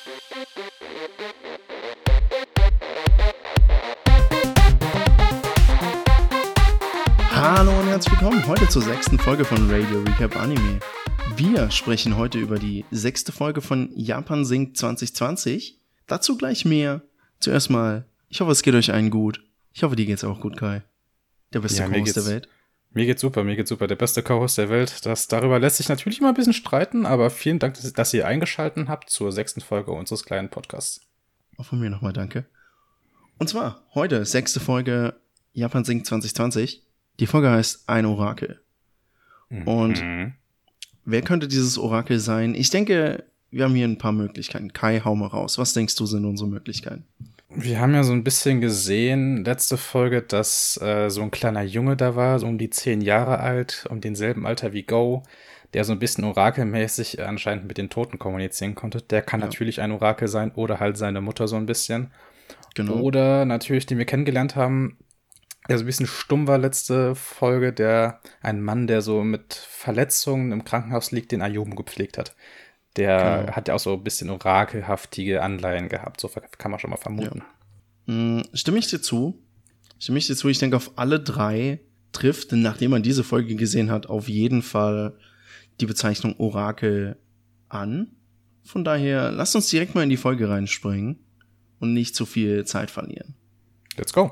Hallo und herzlich willkommen heute zur 6. Folge von Radio Recap Anime. Wir sprechen heute über die 6. Folge von Japan singt 2020. Dazu gleich mehr. Zuerst mal, ich hoffe, es geht euch allen gut. Ich hoffe, dir geht's auch gut, Kai. Der beste Co-Host der Welt. Mir geht's super. Der beste Co-Host der Welt. Darüber lässt sich natürlich immer ein bisschen streiten, aber vielen Dank, dass ihr eingeschaltet habt zur 6. Folge unseres kleinen Podcasts. Auch von mir nochmal danke. Und zwar heute 6. Folge Japan singt 2020. Die Folge heißt Ein Orakel. Und wer könnte dieses Orakel sein? Ich denke, wir haben hier ein paar Möglichkeiten. Kai, hau mal raus. Was denkst du, sind unsere Möglichkeiten? Wir haben ja so ein bisschen gesehen, letzte Folge, dass so ein kleiner Junge da war, so um die 10 Jahre alt, um denselben Alter wie Go, der so ein bisschen orakelmäßig anscheinend mit den Toten kommunizieren konnte. Der kann natürlich ein Orakel sein oder halt seine Mutter so ein bisschen. Genau. Oder natürlich, den wir kennengelernt haben, der so ein bisschen stumm war letzte Folge, ein Mann, der so mit Verletzungen im Krankenhaus liegt, den Ayumu gepflegt hat. Der hat ja auch so ein bisschen orakelhaftige Anleihen gehabt, so kann man schon mal vermuten. Ja. Stimme ich dir zu? Ich denke, auf alle drei trifft, nachdem man diese Folge gesehen hat, auf jeden Fall die Bezeichnung Orakel an. Von daher, lasst uns direkt mal in die Folge reinspringen und nicht zu viel Zeit verlieren. Let's go!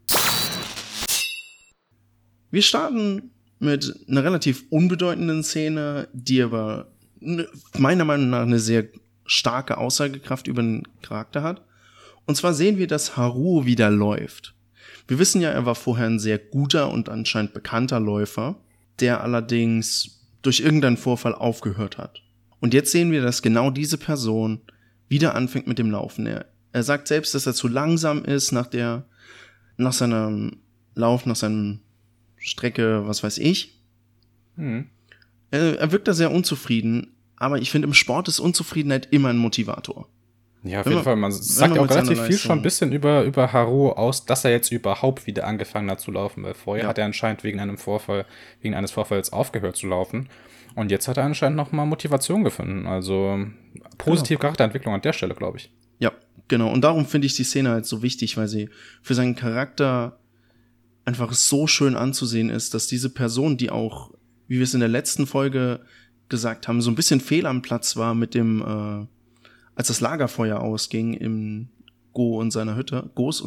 Wir starten mit einer relativ unbedeutenden Szene, die aber meiner Meinung nach eine sehr starke Aussagekraft über den Charakter hat. Und zwar sehen wir, dass Haruo wieder läuft. Wir wissen ja, er war vorher ein sehr guter und anscheinend bekannter Läufer, der allerdings durch irgendeinen Vorfall aufgehört hat. Und jetzt sehen wir, dass genau diese Person wieder anfängt mit dem Laufen. Er sagt selbst, dass er zu langsam ist nach seinem Lauf, nach seinem Strecke, was weiß ich. Er wirkt da sehr unzufrieden, aber ich finde, im Sport ist Unzufriedenheit immer ein Motivator. Ja, auf jeden Fall. Man sagt auch relativ viel schon ein bisschen über Haruo aus, dass er jetzt überhaupt wieder angefangen hat zu laufen, weil vorher hat er anscheinend wegen eines Vorfalls aufgehört zu laufen. Und jetzt hat er anscheinend nochmal Motivation gefunden. Also positive Charakterentwicklung an der Stelle, glaube ich. Ja, genau. Und darum finde ich die Szene halt so wichtig, weil sie für seinen Charakter einfach so schön anzusehen ist, dass diese Person, die auch, wie wir es in der letzten Folge gesagt haben, so ein bisschen fehl am Platz war mit dem, als das Lagerfeuer ausging im Gos und seiner Hütte.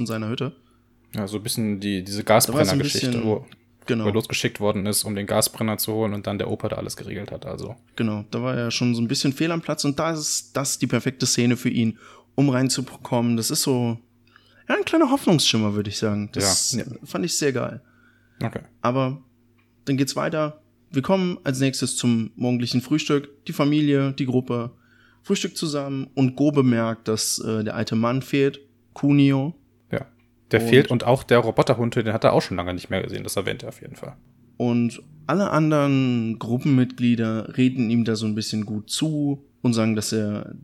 Ja, so ein bisschen diese Gasbrenner-Geschichte, wo er losgeschickt worden ist, um den Gasbrenner zu holen und dann der Opa da alles geregelt hat. Also. Genau, da war er schon so ein bisschen fehl am Platz und da ist das die perfekte Szene für ihn, um reinzukommen. Das ist so ein kleiner Hoffnungsschimmer, würde ich sagen. Das fand ich sehr geil. Okay. Aber dann geht's weiter. Wir kommen als nächstes zum morgendlichen Frühstück. Die Familie, die Gruppe, Frühstück zusammen und Go bemerkt, dass der alte Mann fehlt. Kunio. Ja, der fehlt und auch der Roboterhund, den hat er auch schon lange nicht mehr gesehen. Das erwähnt er auf jeden Fall. Und alle anderen Gruppenmitglieder reden ihm da so ein bisschen gut zu und sagen, dass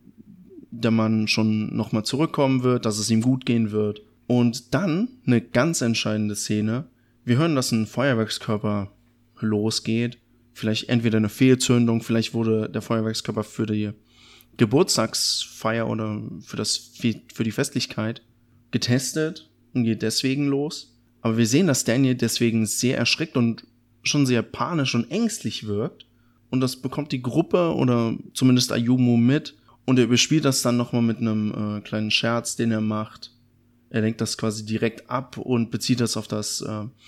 der Mann schon nochmal zurückkommen wird, dass es ihm gut gehen wird. Und dann eine ganz entscheidende Szene. Wir hören, dass ein Feuerwerkskörper losgeht. Vielleicht entweder eine Fehlzündung, vielleicht wurde der Feuerwerkskörper für die Geburtstagsfeier oder für die Festlichkeit getestet und geht deswegen los. Aber wir sehen, dass Daniel deswegen sehr erschreckt und schon sehr panisch und ängstlich wirkt. Und das bekommt die Gruppe oder zumindest Ayumu mit. Und er überspielt das dann nochmal mit einem kleinen Scherz, den er macht. Er lenkt das quasi direkt ab und bezieht das auf das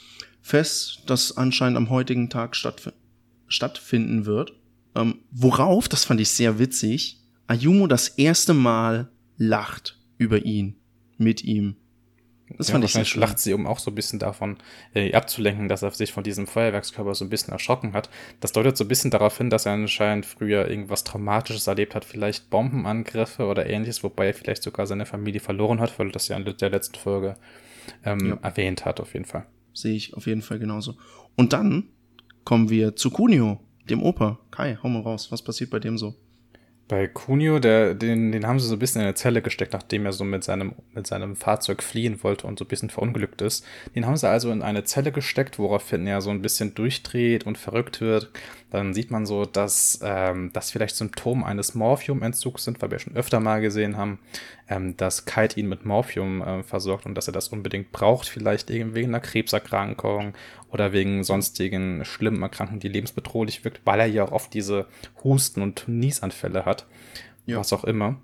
Fest, das anscheinend am heutigen Tag stattfinden wird. Worauf, das fand ich sehr witzig, Ayumu das erste Mal lacht über ihn, mit ihm. Das fand ich sehr schön. Lacht sie, um auch so ein bisschen davon abzulenken, dass er sich von diesem Feuerwerkskörper so ein bisschen erschrocken hat. Das deutet so ein bisschen darauf hin, dass er anscheinend früher irgendwas Traumatisches erlebt hat, vielleicht Bombenangriffe oder ähnliches, wobei er vielleicht sogar seine Familie verloren hat, weil das ja in der letzten Folge erwähnt hat, auf jeden Fall. Sehe ich auf jeden Fall genauso. Und dann kommen wir zu Kunio, dem Opa. Kai, hau mal raus, was passiert bei dem so? Bei Kunio, den haben sie so ein bisschen in eine Zelle gesteckt, nachdem er so mit seinem Fahrzeug fliehen wollte und so ein bisschen verunglückt ist. Den haben sie also in eine Zelle gesteckt, woraufhin er so ein bisschen durchdreht und verrückt wird. dann sieht man so, dass das vielleicht Symptome eines Morphium-Entzugs sind, weil wir schon öfter mal gesehen haben, dass Kite ihn mit Morphium versorgt und dass er das unbedingt braucht, vielleicht wegen einer Krebserkrankung oder wegen sonstigen schlimmen Erkrankungen, die lebensbedrohlich wirkt, weil er ja auch oft diese Husten- und Niesanfälle hat, was auch immer.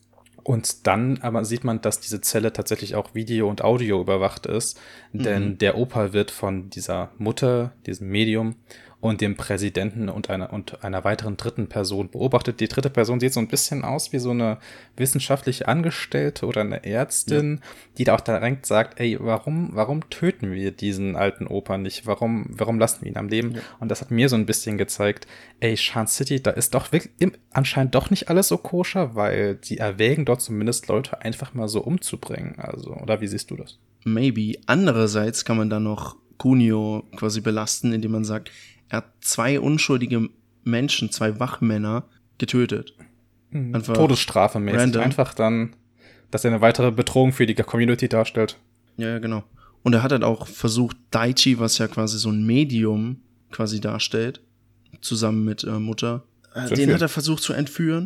Und dann aber sieht man, dass diese Zelle tatsächlich auch Video- und Audio überwacht ist, denn der Opa wird von dieser Mutter, diesem Medium und dem Präsidenten und einer weiteren dritten Person beobachtet. Die dritte Person sieht so ein bisschen aus wie so eine wissenschaftliche Angestellte oder eine Ärztin, die da auch direkt sagt, ey, warum töten wir diesen alten Opa nicht? Warum lassen wir ihn am Leben? Ja. Und das hat mir so ein bisschen gezeigt, ey, Shan City, da ist doch wirklich anscheinend doch nicht alles so koscher, weil sie erwägen dort zumindest Leute einfach mal so umzubringen. Also, oder wie siehst du das? Maybe. Andererseits kann man dann noch Kunio quasi belasten, indem man sagt, er hat 2 unschuldige Menschen, 2 Wachmänner getötet. Einfach Todesstrafe mäßig. Random. Einfach dann, dass er eine weitere Bedrohung für die Community darstellt. Ja, genau. Und er hat halt auch versucht, Daichi, was ja quasi so ein Medium quasi darstellt, zusammen mit Mutter, den hat er versucht zu entführen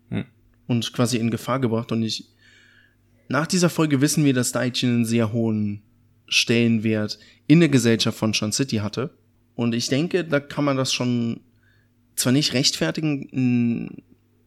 und quasi in Gefahr gebracht. Und nach dieser Folge wissen wir, dass Daichi einen sehr hohen Stellenwert in der Gesellschaft von Shan City hatte. Und ich denke, da kann man das schon zwar nicht rechtfertigen,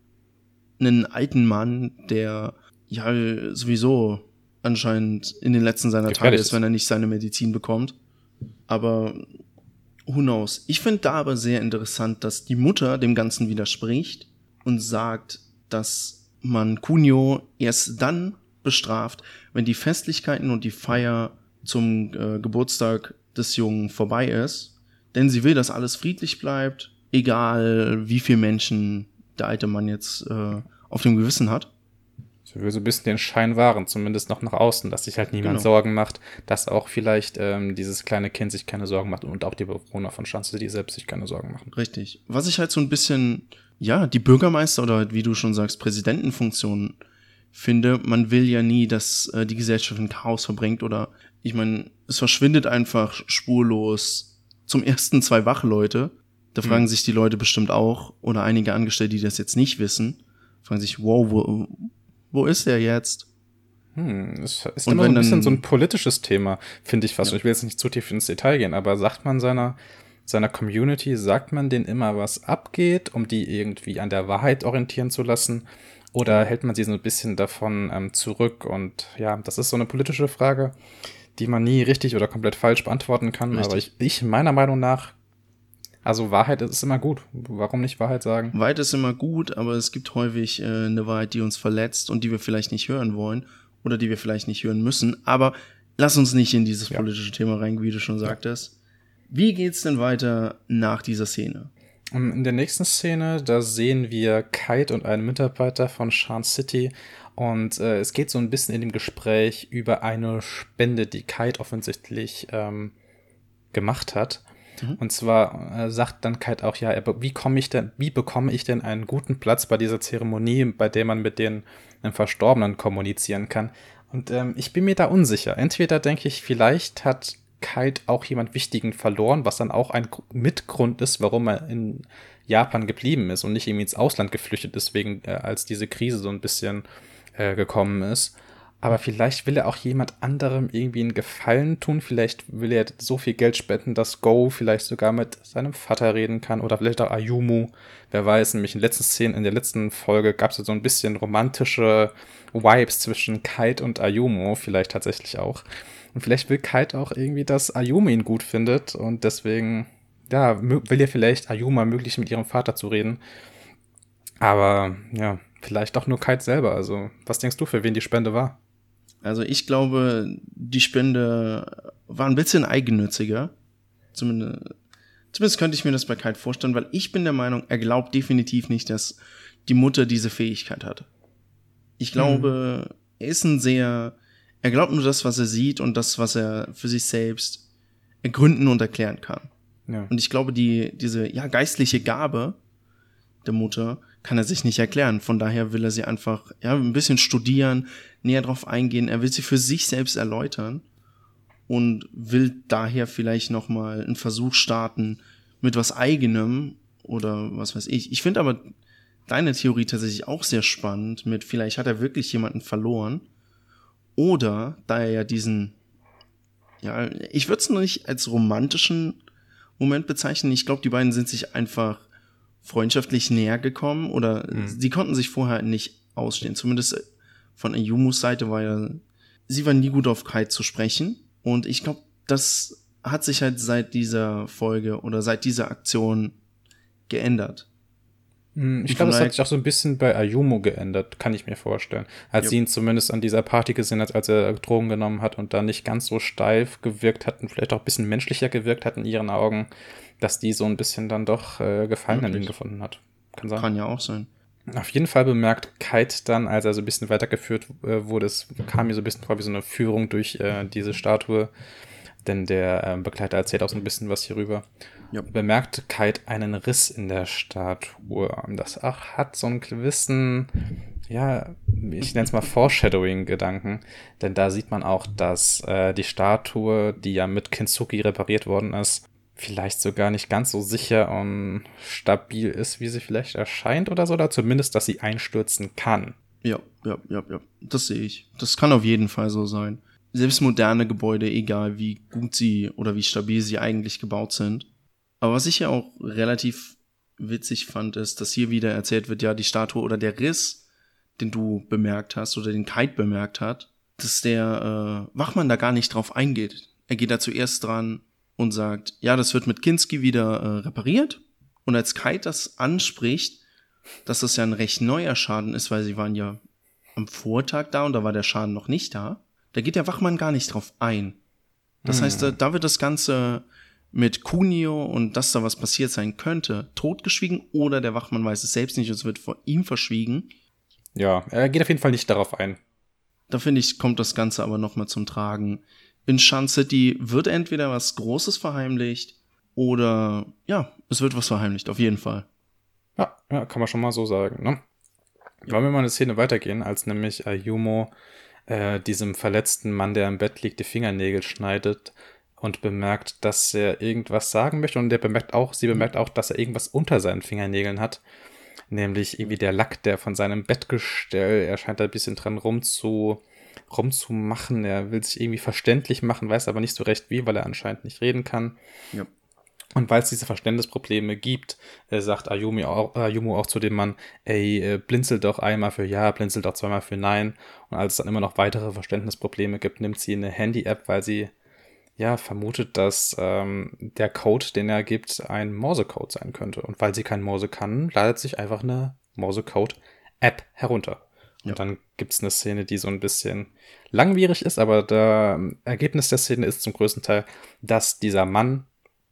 einen alten Mann, der ja sowieso anscheinend in den letzten seiner Tage ist, wenn er nicht seine Medizin bekommt. Aber who knows? Ich finde da aber sehr interessant, dass die Mutter dem Ganzen widerspricht und sagt, dass man Kunio erst dann bestraft, wenn die Festlichkeiten und die Feier zum Geburtstag des Jungen vorbei ist. Denn sie will, dass alles friedlich bleibt, egal wie viele Menschen der alte Mann jetzt auf dem Gewissen hat. Sie will so ein bisschen den Schein wahren, zumindest noch nach außen, dass sich halt niemand Sorgen macht, dass auch vielleicht dieses kleine Kind sich keine Sorgen macht und auch die Bewohner von Shan City selbst sich keine Sorgen machen. Richtig. Was ich halt so ein bisschen, die Bürgermeister oder halt, wie du schon sagst, Präsidentenfunktion finde, man will ja nie, dass die Gesellschaft in Chaos verbringt oder, ich meine, es verschwindet einfach spurlos zum ersten 2 Wachleute. Da fragen sich die Leute bestimmt auch, oder einige Angestellte, die das jetzt nicht wissen, fragen sich, wow, wo ist er jetzt? Es ist immer so ein bisschen so ein politisches Thema, finde ich fast. Ja. Ich will jetzt nicht zu tief ins Detail gehen, aber sagt man seiner Community, sagt man denen immer, was abgeht, um die irgendwie an der Wahrheit orientieren zu lassen? Oder hält man sie so ein bisschen davon zurück? Und ja, das ist so eine politische Frage, die man nie richtig oder komplett falsch beantworten kann. Richtig. Aber ich meiner Meinung nach, also Wahrheit ist immer gut. Warum nicht Wahrheit sagen? Wahrheit ist immer gut, aber es gibt häufig eine Wahrheit, die uns verletzt und die wir vielleicht nicht hören wollen oder die wir vielleicht nicht hören müssen. Aber lass uns nicht in dieses politische Thema reingehen, wie du schon sagtest. Wie geht's denn weiter nach dieser Szene? In der nächsten Szene, da sehen wir Kite und einen Mitarbeiter von Shan City. Und es geht so ein bisschen in dem Gespräch über eine Spende, die Kite offensichtlich gemacht hat. Und zwar sagt dann Kite auch, wie bekomme ich denn einen guten Platz bei dieser Zeremonie, bei der man mit den Verstorbenen kommunizieren kann? Und ich bin mir da unsicher. Entweder denke ich, vielleicht hat Kite auch jemand Wichtigen verloren, was dann auch ein Mitgrund ist, warum er in Japan geblieben ist und nicht irgendwie ins Ausland geflüchtet ist, als diese Krise so ein bisschen gekommen ist. Aber vielleicht will er auch jemand anderem irgendwie einen Gefallen tun. Vielleicht will er so viel Geld spenden, dass Go vielleicht sogar mit seinem Vater reden kann. Oder vielleicht auch Ayumu. Wer weiß, nämlich in der letzten Folge gab es so ein bisschen romantische Vibes zwischen Kite und Ayumu. Vielleicht tatsächlich auch. Und vielleicht will Kite auch irgendwie, dass Ayumu ihn gut findet. Und deswegen, will er vielleicht Ayumu ermöglichen, mit ihrem Vater zu reden. Aber, vielleicht auch nur Kite selber. Also, was denkst du, für wen die Spende war? Also ich glaube, die Spende war ein bisschen eigennütziger. Zumindest könnte ich mir das bei Kite vorstellen, weil ich bin der Meinung, er glaubt definitiv nicht, dass die Mutter diese Fähigkeit hat. Ich glaube, er glaubt nur das, was er sieht und das, was er für sich selbst ergründen und erklären kann. Ja. Und ich glaube, diese geistliche Gabe der Mutter kann er sich nicht erklären. Von daher will er sie einfach ein bisschen studieren, näher drauf eingehen. Er will sie für sich selbst erläutern und will daher vielleicht nochmal einen Versuch starten mit was Eigenem oder was weiß ich. Ich finde aber deine Theorie tatsächlich auch sehr spannend mit, vielleicht hat er wirklich jemanden verloren. Oder, da er ja diesen, ja, ich würde es noch nicht als romantischen Moment bezeichnen. Ich glaube, die beiden sind sich einfach freundschaftlich näher gekommen oder sie konnten sich vorher nicht ausstehen. Zumindest von Ayumus Seite war ja, sie war nie gut auf Kite zu sprechen. Und ich glaube, das hat sich halt seit dieser Folge oder seit dieser Aktion geändert. Ich glaube, es hat sich auch so ein bisschen bei Ayumu geändert, kann ich mir vorstellen. Als sie ihn zumindest an dieser Party gesehen hat, als er Drogen genommen hat und da nicht ganz so steif gewirkt hat und vielleicht auch ein bisschen menschlicher gewirkt hat in ihren Augen, dass die so ein bisschen dann doch Gefallen an ihm gefunden hat. Kann sein. Kann ja auch sein. Auf jeden Fall bemerkt Kite dann, als er so ein bisschen weitergeführt wurde, es kam mir so ein bisschen vor wie so eine Führung durch diese Statue, denn der Begleiter erzählt auch so ein bisschen was hierüber. Ja. Bemerkt Kite einen Riss in der Statue. Das hat so einen gewissen, ja, ich nenne es mal Foreshadowing-Gedanken, denn da sieht man auch, dass die Statue, die ja mit Kintsugi repariert worden ist, vielleicht sogar nicht ganz so sicher und stabil ist, wie sie vielleicht erscheint oder so, oder zumindest, dass sie einstürzen kann. Ja, das sehe ich. Das kann auf jeden Fall so sein. Selbst moderne Gebäude, egal wie gut sie oder wie stabil sie eigentlich gebaut sind. Aber was ich ja auch relativ witzig fand, ist, dass hier wieder erzählt wird, ja, die Statue oder der Riss, den du bemerkt hast oder den Kite bemerkt hat, dass der Wachmann da gar nicht drauf eingeht. Er geht da zuerst dran und sagt, ja, das wird mit Kinski wieder repariert. Und als Kite das anspricht, dass das ja ein recht neuer Schaden ist, weil sie waren ja am Vortag da und da war der Schaden noch nicht da, da geht der Wachmann gar nicht drauf ein. Das heißt, da wird das Ganze mit Kunio und dass da was passiert sein könnte, totgeschwiegen oder der Wachmann weiß es selbst nicht und es wird vor ihm verschwiegen. Ja, er geht auf jeden Fall nicht darauf ein. Da finde ich, kommt das Ganze aber nochmal zum Tragen. In Shan City wird entweder was Großes verheimlicht oder, ja, es wird was verheimlicht, auf jeden Fall. Ja, kann man schon mal so sagen, ne? Ja. Wollen wir mal eine Szene weitergehen, als nämlich Ayumu diesem verletzten Mann, der im Bett liegt, die Fingernägel schneidet und bemerkt, dass er irgendwas sagen möchte. Und sie bemerkt auch, dass er irgendwas unter seinen Fingernägeln hat. Nämlich irgendwie der Lack, der von seinem Bettgestell, er scheint da ein bisschen dran rumzumachen. Er will sich irgendwie verständlich machen, weiß aber nicht so recht wie, weil er anscheinend nicht reden kann. Ja. Und weil es diese Verständnisprobleme gibt, sagt Ayumu auch zu dem Mann, ey, blinzel doch einmal für Ja, blinzel doch zweimal für Nein. Und als es dann immer noch weitere Verständnisprobleme gibt, nimmt sie eine Handy-App, weil sie ja vermutet, dass der Code, den er gibt, ein Morse-Code sein könnte. Und weil sie kein Morse kann, ladet sich einfach eine Morse-Code-App herunter. Und dann gibt es eine Szene, die so ein bisschen langwierig ist, aber das Ergebnis der Szene ist zum größten Teil, dass dieser Mann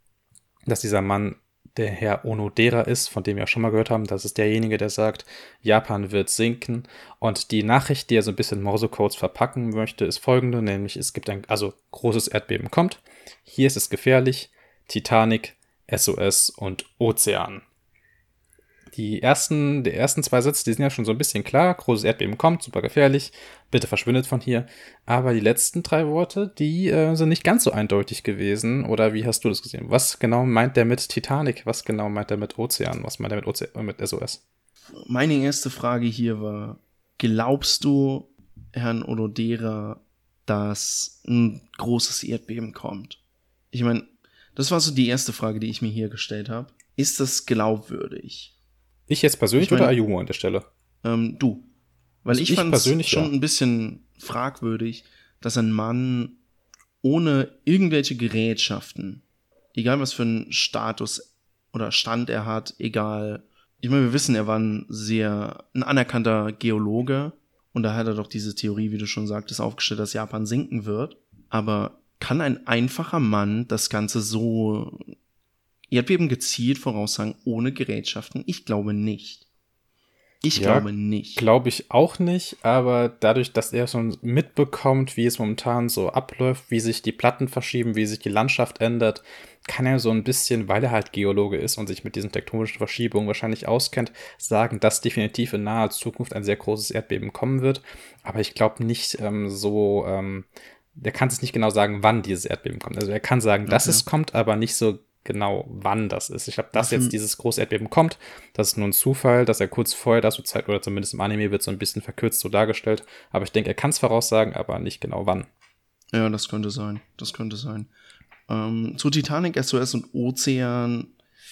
der Herr Onodera ist, von dem wir auch schon mal gehört haben. Das ist derjenige, der sagt, Japan wird sinken. Und die Nachricht, die er so ein bisschen Morse-Codes verpacken möchte, ist folgende, nämlich es gibt großes Erdbeben kommt. Hier ist es gefährlich. Titanic, SOS und Ozean. Die ersten zwei Sätze, die sind ja schon so ein bisschen klar. Großes Erdbeben kommt, super gefährlich. Bitte verschwindet von hier. Aber die letzten 3 Worte, die sind nicht ganz so eindeutig gewesen. Oder wie hast du das gesehen? Was genau meint der mit Titanic? Was genau meint der mit Ozean? Was meint der mit SOS? Meine erste Frage hier war, glaubst du, Herrn Onodera, dass ein großes Erdbeben kommt? Ich meine, das war so die erste Frage, die ich mir hier gestellt habe. Ist das glaubwürdig? Ich jetzt persönlich oder Ayumu an der Stelle? Du. Weil ich fand es schon ein bisschen fragwürdig, dass ein Mann ohne irgendwelche Gerätschaften, egal was für einen Status oder Stand er hat, egal. Ich meine, wir wissen, er war ein anerkannter Geologe und da hat er doch diese Theorie, wie du schon sagtest, aufgestellt, dass Japan sinken wird. Aber kann ein einfacher Mann das Ganze so Erdbeben gezielt voraussagen, ohne Gerätschaften? Ich glaube nicht. Glaube nicht. Glaube ich auch nicht, aber dadurch, dass er schon mitbekommt, wie es momentan so abläuft, wie sich die Platten verschieben, wie sich die Landschaft ändert, kann er so ein bisschen, weil er halt Geologe ist und sich mit diesen tektonischen Verschiebungen wahrscheinlich auskennt, sagen, dass definitiv in naher Zukunft ein sehr großes Erdbeben kommen wird. Aber ich glaube nicht der kann es nicht genau sagen, wann dieses Erdbeben kommt. Also er kann sagen, dass es kommt, aber nicht so genau, wann das ist. Ich glaube, dass jetzt dieses große Erdbeben kommt, das ist nur ein Zufall, dass er kurz vorher das so zeigt, oder zumindest im Anime wird so ein bisschen verkürzt so dargestellt. Aber ich denke, er kann es voraussagen, aber nicht genau wann. Ja, das könnte sein. Zu Titanic, SOS und Ozean,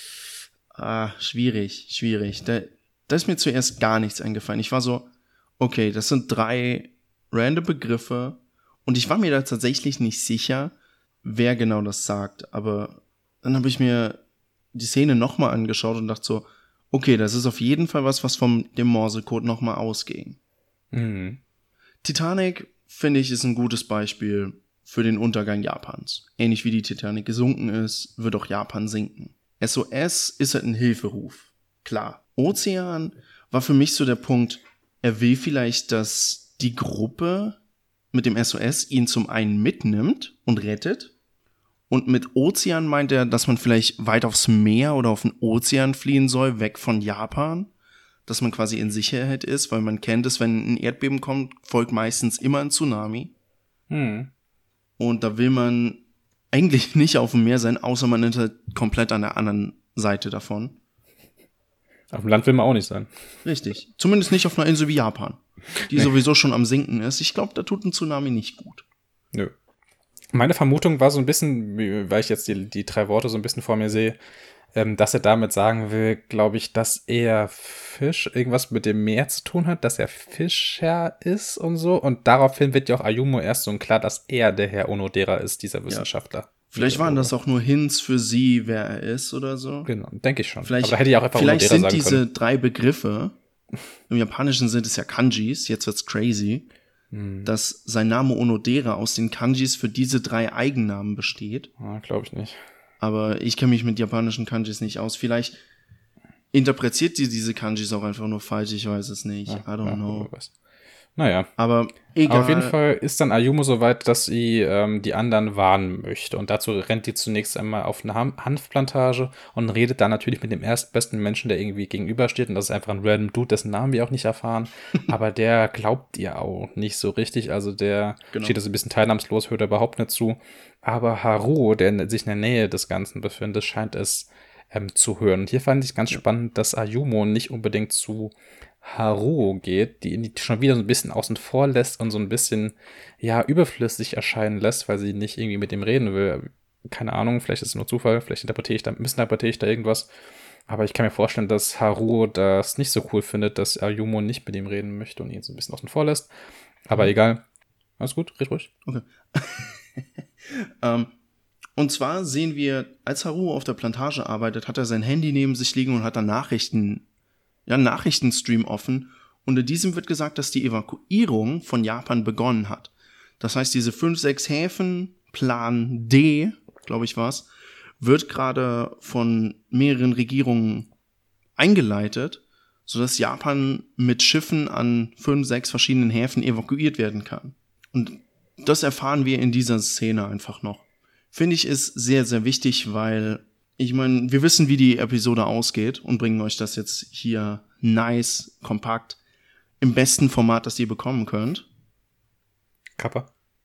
schwierig. Da ist mir zuerst gar nichts eingefallen. Ich war so, okay, das sind 3 random Begriffe und ich war mir da tatsächlich nicht sicher, wer genau das sagt. Aber dann habe ich mir die Szene nochmal angeschaut und dachte so, okay, das ist auf jeden Fall was von dem Morsecode nochmal ausging. Mhm. Titanic, finde ich, ist ein gutes Beispiel für den Untergang Japans. Ähnlich wie die Titanic gesunken ist, wird auch Japan sinken. SOS ist halt ein Hilferuf. Klar. Ozean war für mich so der Punkt, er will vielleicht, dass die Gruppe mit dem SOS ihn zum einen mitnimmt und rettet. Und mit Ozean meint er, dass man vielleicht weit aufs Meer oder auf den Ozean fliehen soll, weg von Japan. Dass man quasi in Sicherheit ist, weil man kennt es, wenn ein Erdbeben kommt, folgt meistens immer ein Tsunami. Und da will man eigentlich nicht auf dem Meer sein, außer man ist halt komplett an der anderen Seite davon. Auf dem Land will man auch nicht sein. Richtig. Zumindest nicht auf einer Insel wie Japan, die sowieso schon am Sinken ist. Ich glaube, da tut ein Tsunami nicht gut. Nö. Meine Vermutung war so ein bisschen, weil ich jetzt die 3 Worte so ein bisschen vor mir sehe, dass er damit sagen will, glaube ich, dass er Fisch irgendwas mit dem Meer zu tun hat, dass er Fischer ist und so. Und daraufhin wird ja auch Ayumu erst so klar, dass er der Herr Onodera ist, dieser Wissenschaftler. Ja. Vielleicht waren das auch nur Hints für sie, wer er ist oder so. Genau, denke ich schon. Vielleicht, aber hätte ich auch einfach vielleicht Onodera sind sagen diese können. 3 Begriffe, im Japanischen sind es ja Kanjis, jetzt wird's crazy, dass sein Name Onodera aus den Kanjis für diese 3 Eigennamen besteht. Glaube ich nicht. Aber ich kenne mich mit japanischen Kanjis nicht aus. Vielleicht interpretiert sie diese Kanjis auch einfach nur falsch, ich weiß es nicht. I don't know. Naja. Aber egal. Aber auf jeden Fall ist dann Ayumu so weit, dass sie die anderen warnen möchte. Und dazu rennt die zunächst einmal auf eine Hanfplantage und redet dann natürlich mit dem erstbesten Menschen, der irgendwie gegenübersteht. Und das ist einfach ein random Dude, dessen Namen wir auch nicht erfahren. Aber der glaubt ihr auch nicht so richtig. Also der steht da so ein bisschen teilnahmslos, hört er überhaupt nicht zu. Aber Haru, der sich in der Nähe des Ganzen befindet, scheint es zu hören. Und hier fand ich ganz spannend, dass Ayumu nicht unbedingt zu Haru geht, die ihn schon wieder so ein bisschen außen vor lässt und so ein bisschen, überflüssig erscheinen lässt, weil sie nicht irgendwie mit ihm reden will. Keine Ahnung, vielleicht ist es nur Zufall, vielleicht missinterpretiere ich da irgendwas. Aber ich kann mir vorstellen, dass Haru das nicht so cool findet, dass Ayumu nicht mit ihm reden möchte und ihn so ein bisschen außen vor lässt. Aber egal. Alles gut, red ruhig. Okay. Und zwar sehen wir, als Haru auf der Plantage arbeitet, hat er sein Handy neben sich liegen und hat dann Nachrichtenstream offen. Und in diesem wird gesagt, dass die Evakuierung von Japan begonnen hat. Das heißt, diese 5, 6 Häfen, Plan D, glaube ich war's, wird gerade von mehreren Regierungen eingeleitet, sodass Japan mit Schiffen an 5, 6 verschiedenen Häfen evakuiert werden kann. Und das erfahren wir in dieser Szene einfach noch. Finde ich, ist sehr, sehr wichtig, weil, ich meine, wir wissen, wie die Episode ausgeht und bringen euch das jetzt hier nice, kompakt, im besten Format, das ihr bekommen könnt. Kappa.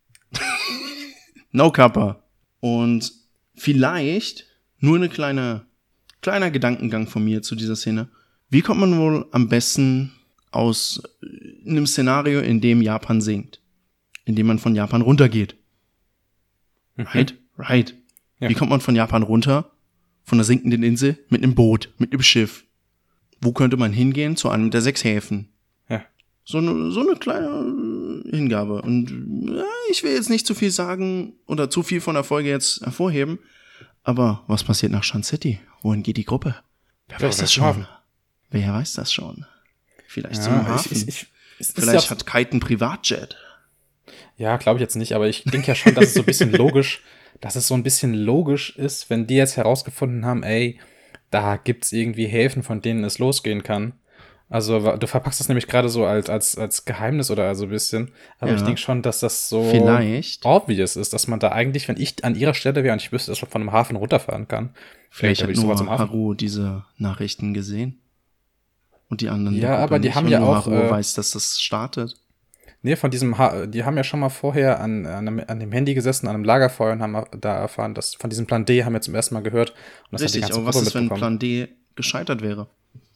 No Kappa. Und vielleicht nur eine kleiner Gedankengang von mir zu dieser Szene. Wie kommt man wohl am besten aus einem Szenario, in dem Japan sinkt? In dem man von Japan runtergeht. Right? Ja. Wie kommt man von Japan runter? Von der sinkenden Insel? Mit einem Boot, mit einem Schiff. Wo könnte man hingehen? Zu einem der 6 Häfen. Ja. So eine kleine Hingabe. Und ich will jetzt nicht zu viel sagen oder zu viel von der Folge jetzt hervorheben. Aber was passiert nach Shan City? Wohin geht die Gruppe? Wer weiß das schon? Wer weiß das schon? Vielleicht zum Hafen. Vielleicht hat Kite ein Privatjet. Ja, glaube ich jetzt nicht, aber ich denke ja schon, dass es so ein bisschen logisch ist, wenn die jetzt herausgefunden haben, da gibt's irgendwie Häfen, von denen es losgehen kann. Also du verpackst das nämlich gerade so als Geheimnis oder so ein bisschen, aber ich denke schon, dass das so vielleicht obvious ist, dass man da eigentlich, wenn ich an ihrer Stelle wäre und ich wüsste, dass man von einem Hafen runterfahren kann, vielleicht hat nur Haru diese Nachrichten gesehen und die anderen. Ja, aber die haben ja nur auch Haru weiß, dass das startet. Nee, von diesem, die haben ja schon mal vorher an dem Handy gesessen, an einem Lagerfeuer und haben da erfahren, dass von diesem Plan D haben wir zum ersten Mal gehört. Und das Richtig, hat die ganze aber was Gruppe ist, wenn mitbekommen. Plan D gescheitert wäre?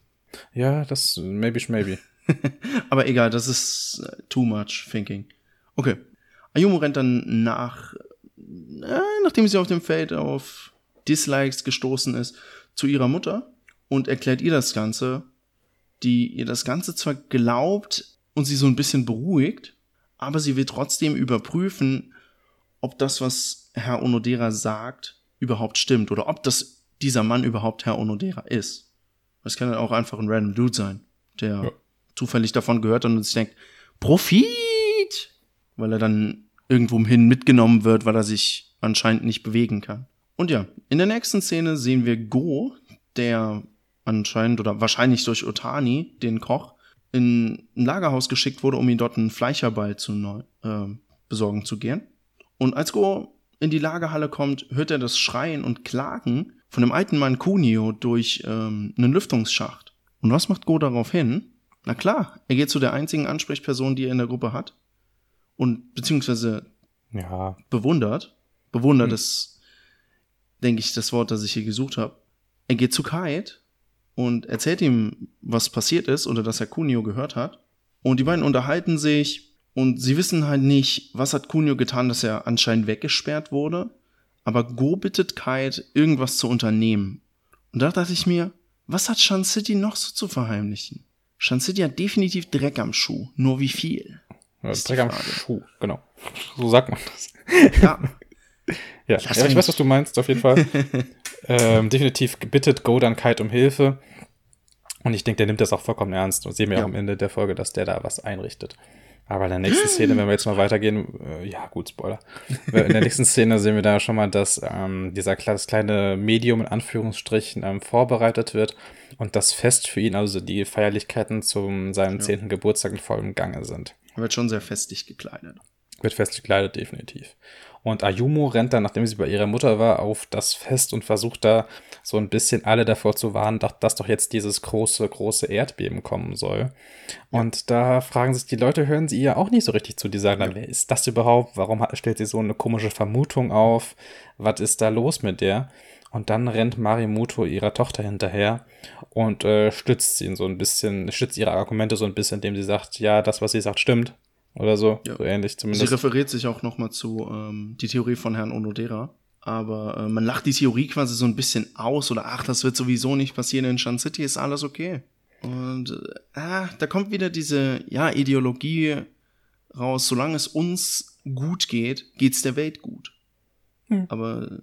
Ja, das maybe. Aber egal, das ist too much thinking. Okay. Ayumu rennt dann nachdem sie auf dem Feld auf Dislikes gestoßen ist, zu ihrer Mutter und erklärt ihr das Ganze, die ihr das Ganze zwar glaubt und sie so ein bisschen beruhigt, aber sie will trotzdem überprüfen, ob das, was Herr Onodera sagt, überhaupt stimmt oder ob dieser Mann überhaupt Herr Onodera ist. Das kann ja auch einfach ein random Dude sein, der zufällig davon gehört hat und sich denkt, Profit! Weil er dann irgendwohin mitgenommen wird, weil er sich anscheinend nicht bewegen kann. Und ja, in der nächsten Szene sehen wir Go, der anscheinend oder wahrscheinlich durch Otani, den Koch, in ein Lagerhaus geschickt wurde, um ihm dort einen Fleischerball besorgen zu gehen. Und als Go in die Lagerhalle kommt, hört er das Schreien und Klagen von dem alten Mann Kunio durch einen Lüftungsschacht. Und was macht Go darauf hin? Na klar, er geht zu der einzigen Ansprechperson, die er in der Gruppe hat und beziehungsweise bewundert ist, denke ich, das Wort, das ich hier gesucht habe. Er geht zu Kite und erzählt ihm, was passiert ist oder dass er Kunio gehört hat. Und die beiden unterhalten sich und sie wissen halt nicht, was hat Kunio getan, dass er anscheinend weggesperrt wurde. Aber Go bittet Kite, irgendwas zu unternehmen. Und da dachte ich mir, was hat Shan City noch so zu verheimlichen? Shan City hat definitiv Dreck am Schuh. Nur wie viel? Ja, Dreck am Schuh, genau. So sagt man das. Ja. Ja, ich weiß, was du meinst, auf jeden Fall. Definitiv bittet Go dann Kite um Hilfe. Und ich denke, der nimmt das auch vollkommen ernst. Und sehen wir auch am Ende der Folge, dass der da was einrichtet. Aber in der nächsten Szene, wenn wir jetzt mal weitergehen, Spoiler. In der nächsten Szene sehen wir da schon mal, dass das kleine Medium in Anführungsstrichen vorbereitet wird und das Fest für ihn, also die Feierlichkeiten zu seinem 10. Geburtstag in vollem Gange sind. Er wird schon sehr festlich gekleidet. Wird festlich gekleidet, definitiv. Und Ayumu rennt dann, nachdem sie bei ihrer Mutter war, auf das Fest und versucht da so ein bisschen alle davor zu warnen, dass doch jetzt dieses große Erdbeben kommen soll. Ja. Und da fragen sich die Leute, hören sie ihr auch nicht so richtig zu. Die sagen dann, wer ist das überhaupt? Warum stellt sie so eine komische Vermutung auf? Was ist da los mit der? Und dann rennt Marimoto ihrer Tochter hinterher und stützt ihre Argumente so ein bisschen, indem sie sagt, ja, das, was sie sagt, stimmt. Oder so, so ähnlich zumindest. Sie referiert sich auch nochmal zu die Theorie von Herrn Onodera. Aber man lacht die Theorie quasi so ein bisschen aus. Oder das wird sowieso nicht passieren in Shan City, ist alles okay. Und da kommt wieder diese Ideologie raus. Solange es uns gut geht, geht's der Welt gut. Aber,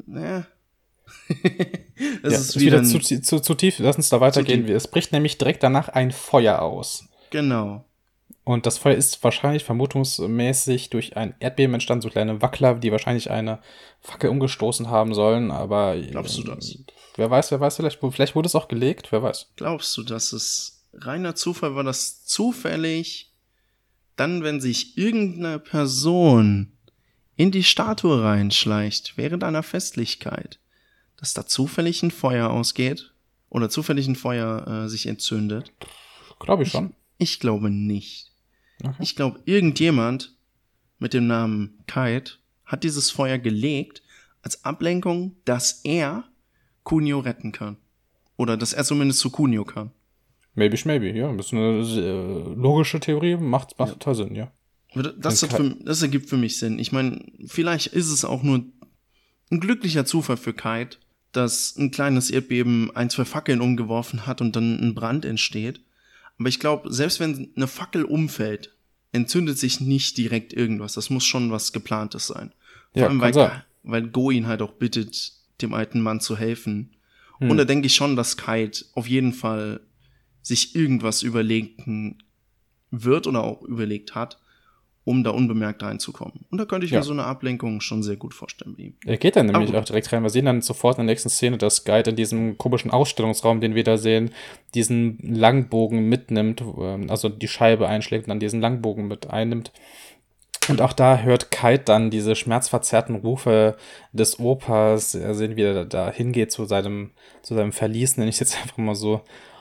das ist wieder zu tief. Lass uns da weitergehen. Es bricht nämlich direkt danach ein Feuer aus. Genau. Und das Feuer ist wahrscheinlich vermutungsmäßig durch ein Erdbeben entstanden, so kleine Wackler, die wahrscheinlich eine Fackel umgestoßen haben sollen, aber... Glaubst du das? Wer weiß, vielleicht wurde es auch gelegt, wer weiß. Glaubst du, dass es reiner Zufall war, dass zufällig dann, wenn sich irgendeine Person in die Statue reinschleicht, während einer Festlichkeit, dass da zufällig ein Feuer ausgeht oder zufällig ein Feuer sich entzündet? Glaube ich schon. Ich glaube nicht. Okay. Ich glaube, irgendjemand mit dem Namen Kite hat dieses Feuer gelegt als Ablenkung, dass er Kunio retten kann. Oder dass er zumindest zu Kunio kann. Maybe, ja. Das ist eine logische Theorie, macht total Sinn, ja. Das ergibt für mich Sinn. Ich meine, vielleicht ist es auch nur ein glücklicher Zufall für Kite, dass ein kleines Erdbeben 1-2 Fackeln umgeworfen hat und dann ein Brand entsteht. Aber ich glaube, selbst wenn eine Fackel umfällt, entzündet sich nicht direkt irgendwas. Das muss schon was Geplantes sein. Vor allem, weil Go ihn halt auch bittet, dem alten Mann zu helfen. Und da denke ich schon, dass Kite auf jeden Fall sich irgendwas überlegen wird oder auch überlegt hat, um da unbemerkt reinzukommen. Und da könnte ich mir so eine Ablenkung schon sehr gut vorstellen bei ihm. Er geht dann nämlich auch direkt rein. Wir sehen dann sofort in der nächsten Szene, dass Guide in diesem komischen Ausstellungsraum, den wir da sehen, diesen Langbogen mitnimmt, also die Scheibe einschlägt und dann diesen Langbogen mit einnimmt. Und auch da hört Kite dann diese schmerzverzerrten Rufe des Opas. Er sehen, wie er da hingeht zu seinem Verlies, nenne ich es jetzt einfach mal so.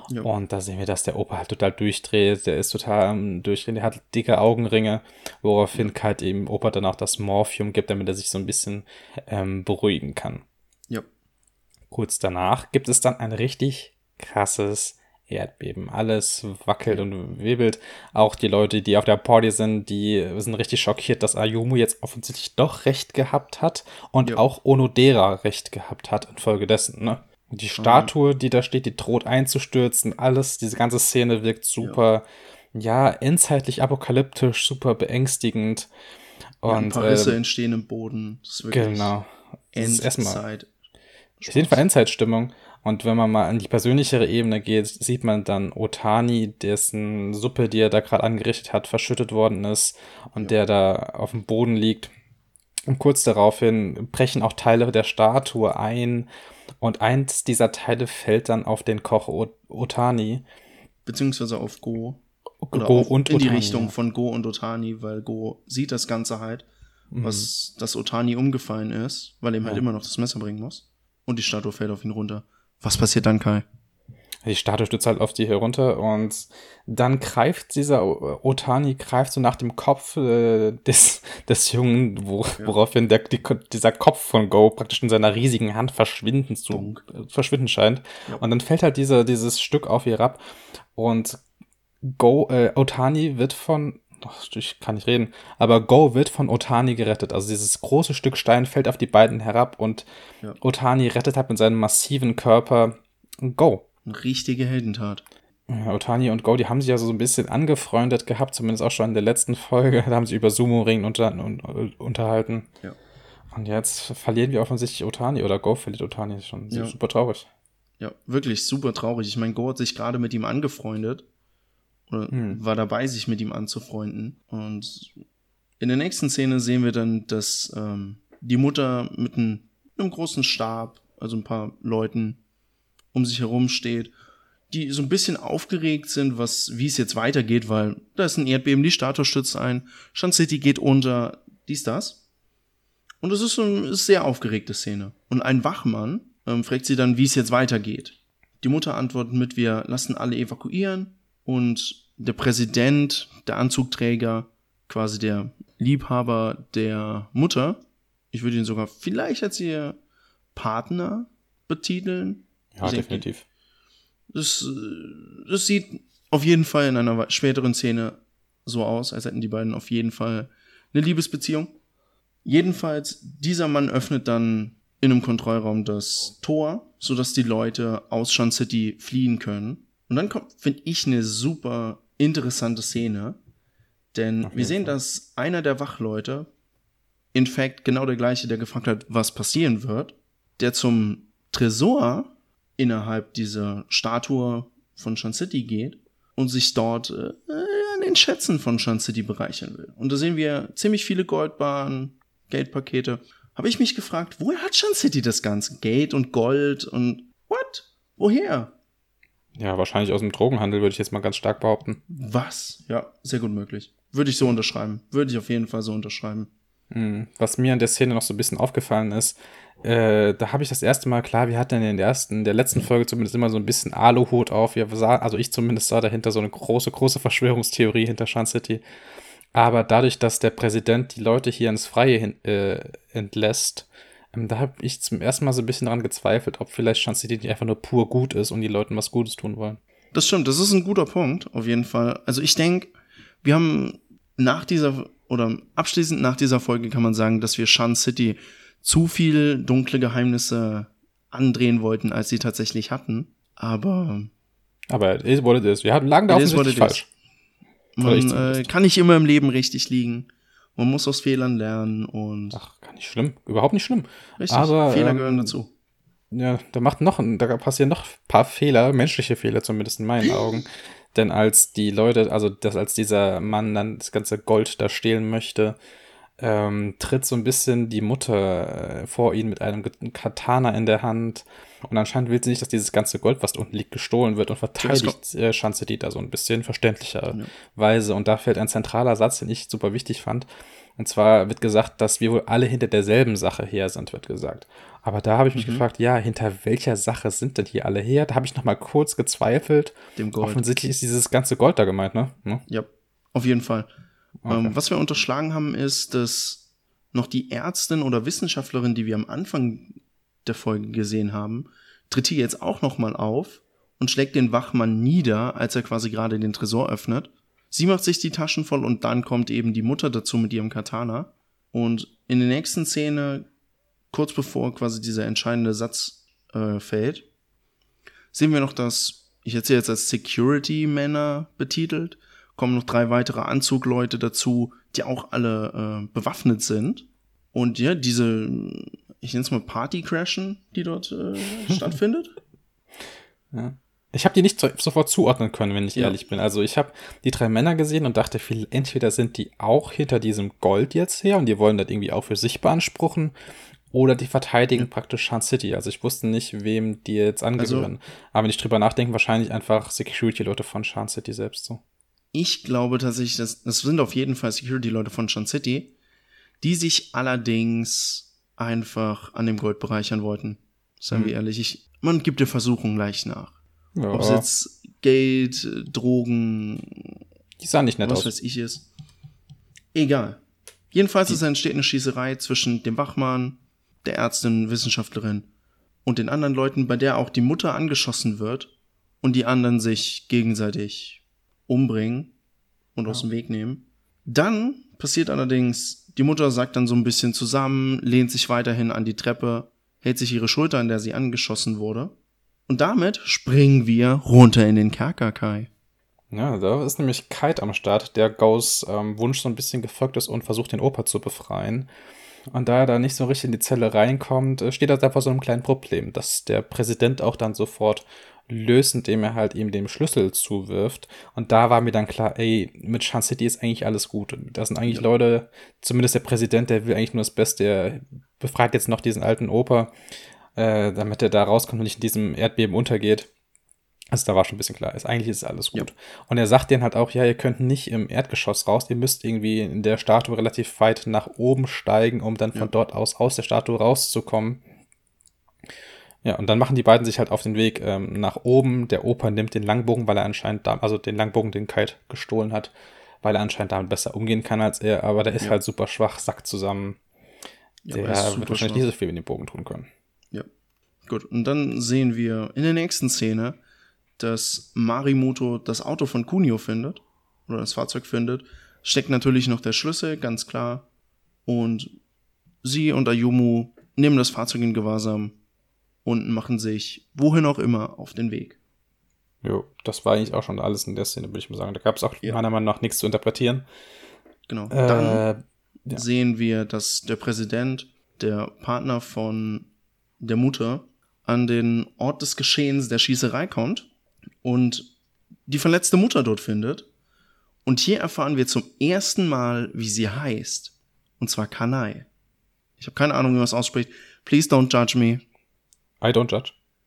Ja. Und da sehen wir, dass der Opa halt total durchdreht. Der ist total am Durchdrehen. Der hat dicke Augenringe, woraufhin Kite eben Opa dann auch das Morphium gibt, damit er sich so ein bisschen beruhigen kann. Ja. Kurz danach gibt es dann ein richtig krasses Erdbeben. Alles wackelt und wirbelt. Auch die Leute, die auf der Party sind, die sind richtig schockiert, dass Ayumu jetzt offensichtlich doch recht gehabt hat und auch Onodera recht gehabt hat infolgedessen, ne? Die Statue, die da steht, die droht einzustürzen. Alles, diese ganze Szene wirkt super, endzeitlich apokalyptisch, super beängstigend. Und ein paar Risse entstehen im Boden. Das ist wirklich Endzeit. Auf jeden Fall Endzeitstimmung. Und wenn man mal an die persönlichere Ebene geht, sieht man dann Otani, dessen Suppe, die er da gerade angerichtet hat, verschüttet worden ist und der da auf dem Boden liegt. Und kurz daraufhin brechen auch Teile der Statue ein und eins dieser Teile fällt dann auf den Koch Otani. Beziehungsweise auf Go. Oder Go und in Otani, die Richtung von Go und Otani, weil Go sieht das Ganze halt, was das Otani umgefallen ist, weil er ihm halt immer noch das Messer bringen muss. Und die Statue fällt auf ihn runter. Was passiert dann, Kai? Die Statue stürzt halt auf die herunter und dann greift dieser Otani so nach dem Kopf des Jungen, woraufhin dieser Kopf von Go praktisch in seiner riesigen Hand verschwinden scheint. Ja. Und dann fällt halt dieses Stück auf ihr herab und Otani wird ich kann nicht reden, aber Go wird von Otani gerettet. Also dieses große Stück Stein fällt auf die beiden herab und Otani rettet halt mit seinem massiven Körper Go. Eine richtige Heldentat. Ja, Otani und Go, die haben sich also so ein bisschen angefreundet gehabt, zumindest auch schon in der letzten Folge. Da haben sie über Sumo-Ringen unterhalten. Ja. Und jetzt verlieren wir offensichtlich Otani oder Go verliert Otani. Das ist schon super traurig. Ja, wirklich super traurig. Ich meine, Go hat sich gerade mit ihm angefreundet. Oder war dabei, sich mit ihm anzufreunden. Und in der nächsten Szene sehen wir dann, dass die Mutter mit einem großen Stab, also ein paar Leuten, um sich herum steht, die so ein bisschen aufgeregt sind, wie es jetzt weitergeht, weil da ist ein Erdbeben, die Statue stürzt ein, Shan City geht unter, das. Und es ist eine sehr aufgeregte Szene. Und ein Wachmann fragt sie dann, wie es jetzt weitergeht. Die Mutter antwortet mit, wir lassen alle evakuieren und der Präsident, der Anzugträger, quasi der Liebhaber der Mutter, ich würde ihn sogar vielleicht als ihr Partner betiteln. Ja, definitiv. Das sieht auf jeden Fall in einer späteren Szene so aus, als hätten die beiden auf jeden Fall eine Liebesbeziehung. Jedenfalls, dieser Mann öffnet dann in einem Kontrollraum das Tor, sodass die Leute aus Shan City fliehen können. Und dann kommt, finde ich, eine super interessante Szene, denn wir sehen, dass einer der Wachleute, in fact genau der gleiche, der gefragt hat, was passieren wird, der zum Tresor innerhalb dieser Statue von Shan City geht und sich dort an den Schätzen von Shan City bereichern will. Und da sehen wir ziemlich viele Goldbarren, Geldpakete. Habe ich mich gefragt, woher hat Shan City das Ganze? Geld und Gold und what? Woher? Ja, wahrscheinlich aus dem Drogenhandel, würde ich jetzt mal ganz stark behaupten. Was? Ja, sehr gut möglich. Würde ich so unterschreiben. Würde ich auf jeden Fall so unterschreiben. Was mir an der Szene noch so ein bisschen aufgefallen ist, da habe ich das erste Mal, klar, wir hatten in der letzten Folge zumindest immer so ein bisschen Aluhut auf. Also ich zumindest sah dahinter so eine große Verschwörungstheorie hinter Shan City. Aber dadurch, dass der Präsident die Leute hier ins Freie entlässt, da habe ich zum ersten Mal so ein bisschen daran gezweifelt, ob vielleicht Shan City nicht einfach nur pur gut ist und die Leuten was Gutes tun wollen. Das stimmt, das ist ein guter Punkt, auf jeden Fall. Also ich denke, wir haben abschließend nach dieser Folge kann man sagen, dass wir Shan City zu viel dunkle Geheimnisse andrehen wollten, als sie tatsächlich hatten. Aber it is what it is. Wir lagen da offensichtlich falsch. Man kann nicht immer im Leben richtig liegen. Man muss aus Fehlern lernen und... Ach, gar nicht schlimm. Überhaupt nicht schlimm. Richtig, aber, Fehler gehören dazu. Ja, da passieren noch ein paar Fehler, menschliche Fehler zumindest in meinen Augen. Denn als die Leute, als dieser Mann dann das ganze Gold da stehlen möchte, tritt so ein bisschen die Mutter vor ihn mit einem Katana in der Hand. Und anscheinend will sie nicht, dass dieses ganze Gold, was unten liegt, gestohlen wird und verteidigt Shan City da so ein bisschen verständlicherweise. Und da fällt ein zentraler Satz, den ich super wichtig fand. Und zwar wird gesagt, dass wir wohl alle hinter derselben Sache her sind, wird gesagt. Aber da habe ich mich gefragt, ja, hinter welcher Sache sind denn hier alle her? Da habe ich noch mal kurz gezweifelt. Dem Gold. Offensichtlich ist dieses ganze Gold da gemeint, ne? Ja, auf jeden Fall. Okay. Was wir unterschlagen haben, ist, dass noch die Ärztin oder Wissenschaftlerin, die wir am Anfang der Folge gesehen haben, tritt hier jetzt auch noch mal auf und schlägt den Wachmann nieder, als er quasi gerade den Tresor öffnet. Sie macht sich die Taschen voll und dann kommt eben die Mutter dazu mit ihrem Katana. Und in der nächsten Szene, kurz bevor quasi dieser entscheidende Satz fällt, sehen wir noch, dass, ich erzähle jetzt als Security-Männer betitelt, kommen noch 3 weitere Anzugleute dazu, die auch alle bewaffnet sind. Und ja, diese, ich nenne es mal Party-Crashen, die dort stattfindet. Ja. Ich habe die nicht sofort zuordnen können, wenn ich ehrlich bin. Also ich habe die 3 Männer gesehen und dachte, entweder sind die auch hinter diesem Gold jetzt her und die wollen das irgendwie auch für sich beanspruchen, oder die verteidigen praktisch Shan City. Also ich wusste nicht, wem die jetzt angehören. Aber wenn ich drüber nachdenke, wahrscheinlich einfach Security-Leute von Shan City selbst so. Ich glaube tatsächlich, das sind auf jeden Fall Security-Leute von Shan City, die sich allerdings einfach an dem Gold bereichern wollten. Seien wir ehrlich, man gibt der Versuchung leicht nach. Ja. Ob es jetzt Geld, Drogen, die sahen nicht nett aus. Was weiß ich ist. Egal. Jedenfalls entsteht eine Schießerei zwischen dem Wachmann, der Ärztin, Wissenschaftlerin und den anderen Leuten, bei der auch die Mutter angeschossen wird und die anderen sich gegenseitig umbringen und aus dem Weg nehmen. Dann passiert allerdings, die Mutter sagt dann so ein bisschen zusammen, lehnt sich weiterhin an die Treppe, hält sich ihre Schulter, an der sie angeschossen wurde. Und damit springen wir runter in den Kerker, Kai. Ja, da ist nämlich Kite am Start, der Gaus Wunsch so ein bisschen gefolgt ist und versucht, den Opa zu befreien. Und da er da nicht so richtig in die Zelle reinkommt, steht er da vor so einem kleinen Problem, dass der Präsident auch dann sofort löst, indem er halt ihm den Schlüssel zuwirft. Und da war mir dann klar, ey, mit Shan City ist eigentlich alles gut. Da sind eigentlich Leute, zumindest der Präsident, der will eigentlich nur das Beste, der befreit jetzt noch diesen alten Opa, damit er da rauskommt und nicht in diesem Erdbeben untergeht. Also da war schon ein bisschen klar, eigentlich ist alles gut. Ja. Und er sagt denen halt auch, ja, ihr könnt nicht im Erdgeschoss raus, ihr müsst irgendwie in der Statue relativ weit nach oben steigen, um dann von dort aus der Statue rauszukommen. Ja, und dann machen die beiden sich halt auf den Weg nach oben. Der Opa nimmt den Langbogen, weil er anscheinend den Langbogen, den Kite gestohlen hat, weil er anscheinend damit besser umgehen kann als er, aber der ist halt super schwach, sackt zusammen. Ja, der wird wahrscheinlich nicht so viel mit dem Bogen tun können. Ja, gut. Und dann sehen wir in der nächsten Szene, dass Marimoto das Auto von Kunio findet, oder das Fahrzeug findet. Steckt natürlich noch der Schlüssel, ganz klar. Und sie und Ayumu nehmen das Fahrzeug in Gewahrsam und machen sich, wohin auch immer, auf den Weg. Jo, das war eigentlich auch schon alles in der Szene, würde ich mal sagen. Da gab es auch meiner Meinung nach nichts zu interpretieren. Genau. Dann sehen wir, dass der Präsident, der Partner von der Mutter, an den Ort des Geschehens der Schießerei kommt und die verletzte Mutter dort findet. Und hier erfahren wir zum ersten Mal, wie sie heißt. Und zwar Kanai. Ich habe keine Ahnung, wie man es ausspricht. Please don't judge me. I don't judge.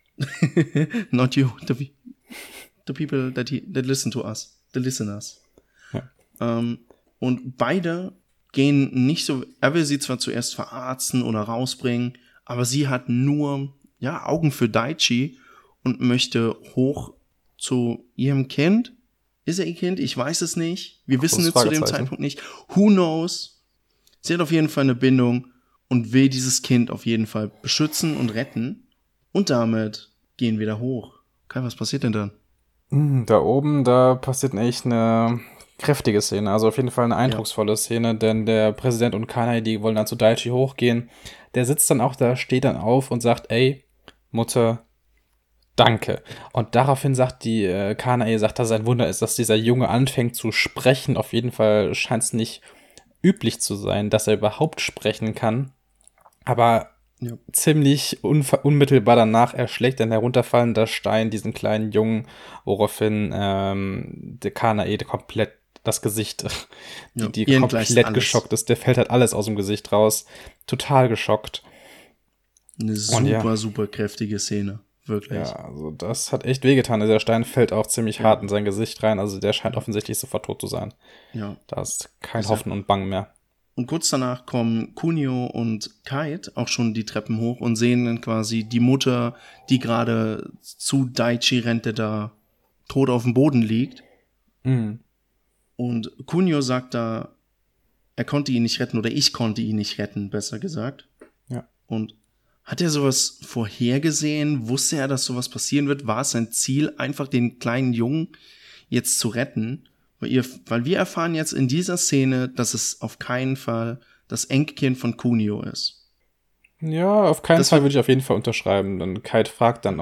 Not you. The people that listen to us. The listeners. Ja. Und beide gehen nicht so... Er will sie zwar zuerst verarzten oder rausbringen, aber sie hat nur Augen für Daichi und möchte hoch zu ihrem Kind. Ist er ihr Kind? Ich weiß es nicht. Wir wissen es zu dem Zeitpunkt nicht. Who knows? Sie hat auf jeden Fall eine Bindung und will dieses Kind auf jeden Fall beschützen und retten. Und damit gehen wir da hoch. Kai, was passiert denn dann? Da oben, da passiert echt eine kräftige Szene. Also auf jeden Fall eine eindrucksvolle Szene, denn der Präsident und Kanai, die wollen dann zu Daichi hochgehen. Der sitzt dann auch da, steht dann auf und sagt, ey, Mutter, danke. Und daraufhin sagt die Kanai, dass es ein Wunder ist, dass dieser Junge anfängt zu sprechen. Auf jeden Fall scheint es nicht üblich zu sein, dass er überhaupt sprechen kann. Aber ziemlich unmittelbar danach erschlägt ein herunterfallender Stein diesen kleinen Jungen, woraufhin der Kanai komplett das Gesicht, die komplett geschockt ist. Der fällt halt alles aus dem Gesicht raus. Total geschockt. Eine super kräftige Szene. Wirklich. Ja, also das hat echt wehgetan. Der Stein fällt auch ziemlich hart in sein Gesicht rein. Also der scheint offensichtlich sofort tot zu sein. Ja. Da ist kein Hoffen und Bangen mehr. Und kurz danach kommen Kunio und Kite auch schon die Treppen hoch und sehen dann quasi die Mutter, die gerade zu Daichi-Rente da tot auf dem Boden liegt. Mhm. Und Kunio sagt da, er konnte ihn nicht retten oder ich konnte ihn nicht retten, besser gesagt. Ja. Und hat er sowas vorhergesehen? Wusste er, dass sowas passieren wird? War es sein Ziel, einfach den kleinen Jungen jetzt zu retten? Weil wir erfahren jetzt in dieser Szene, dass es auf keinen Fall das Enkelkind von Kunio ist. Ja, auf keinen Fall würde ich auf jeden Fall unterschreiben. Dann Kite fragt dann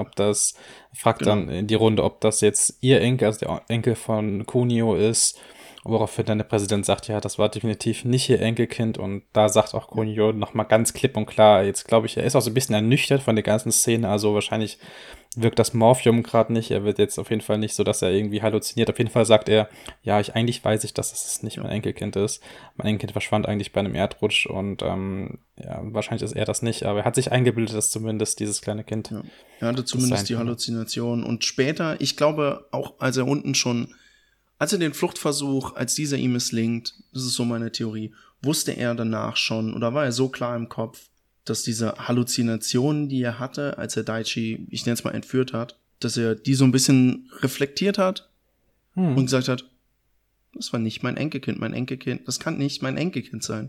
dann in die Runde, ob das jetzt ihr Enkel, also der Enkel von Kunio ist. Woraufhin dann der Präsident sagt, ja, das war definitiv nicht ihr Enkelkind. Und da sagt auch Kunio nochmal ganz klipp und klar, jetzt glaube ich, er ist auch so ein bisschen ernüchtert von der ganzen Szene. Also wahrscheinlich wirkt das Morphium gerade nicht. Er wird jetzt auf jeden Fall nicht so, dass er irgendwie halluziniert. Auf jeden Fall sagt er, ja, eigentlich weiß ich, dass es nicht mein Enkelkind ist. Mein Enkelkind verschwand eigentlich bei einem Erdrutsch und ja, wahrscheinlich ist er das nicht. Aber er hat sich eingebildet, dass zumindest dieses kleine Kind. Ja. Er hatte zumindest die Halluzination. Und später, ich glaube, auch als er unten schon, als er den Fluchtversuch, als dieser ihm misslingt, das ist so meine Theorie, wusste er danach schon oder war er so klar im Kopf, dass diese Halluzinationen, die er hatte, als er Daichi, ich nenne es mal, entführt hat, dass er die so ein bisschen reflektiert hat und gesagt hat, das war nicht mein Enkelkind, das kann nicht mein Enkelkind sein.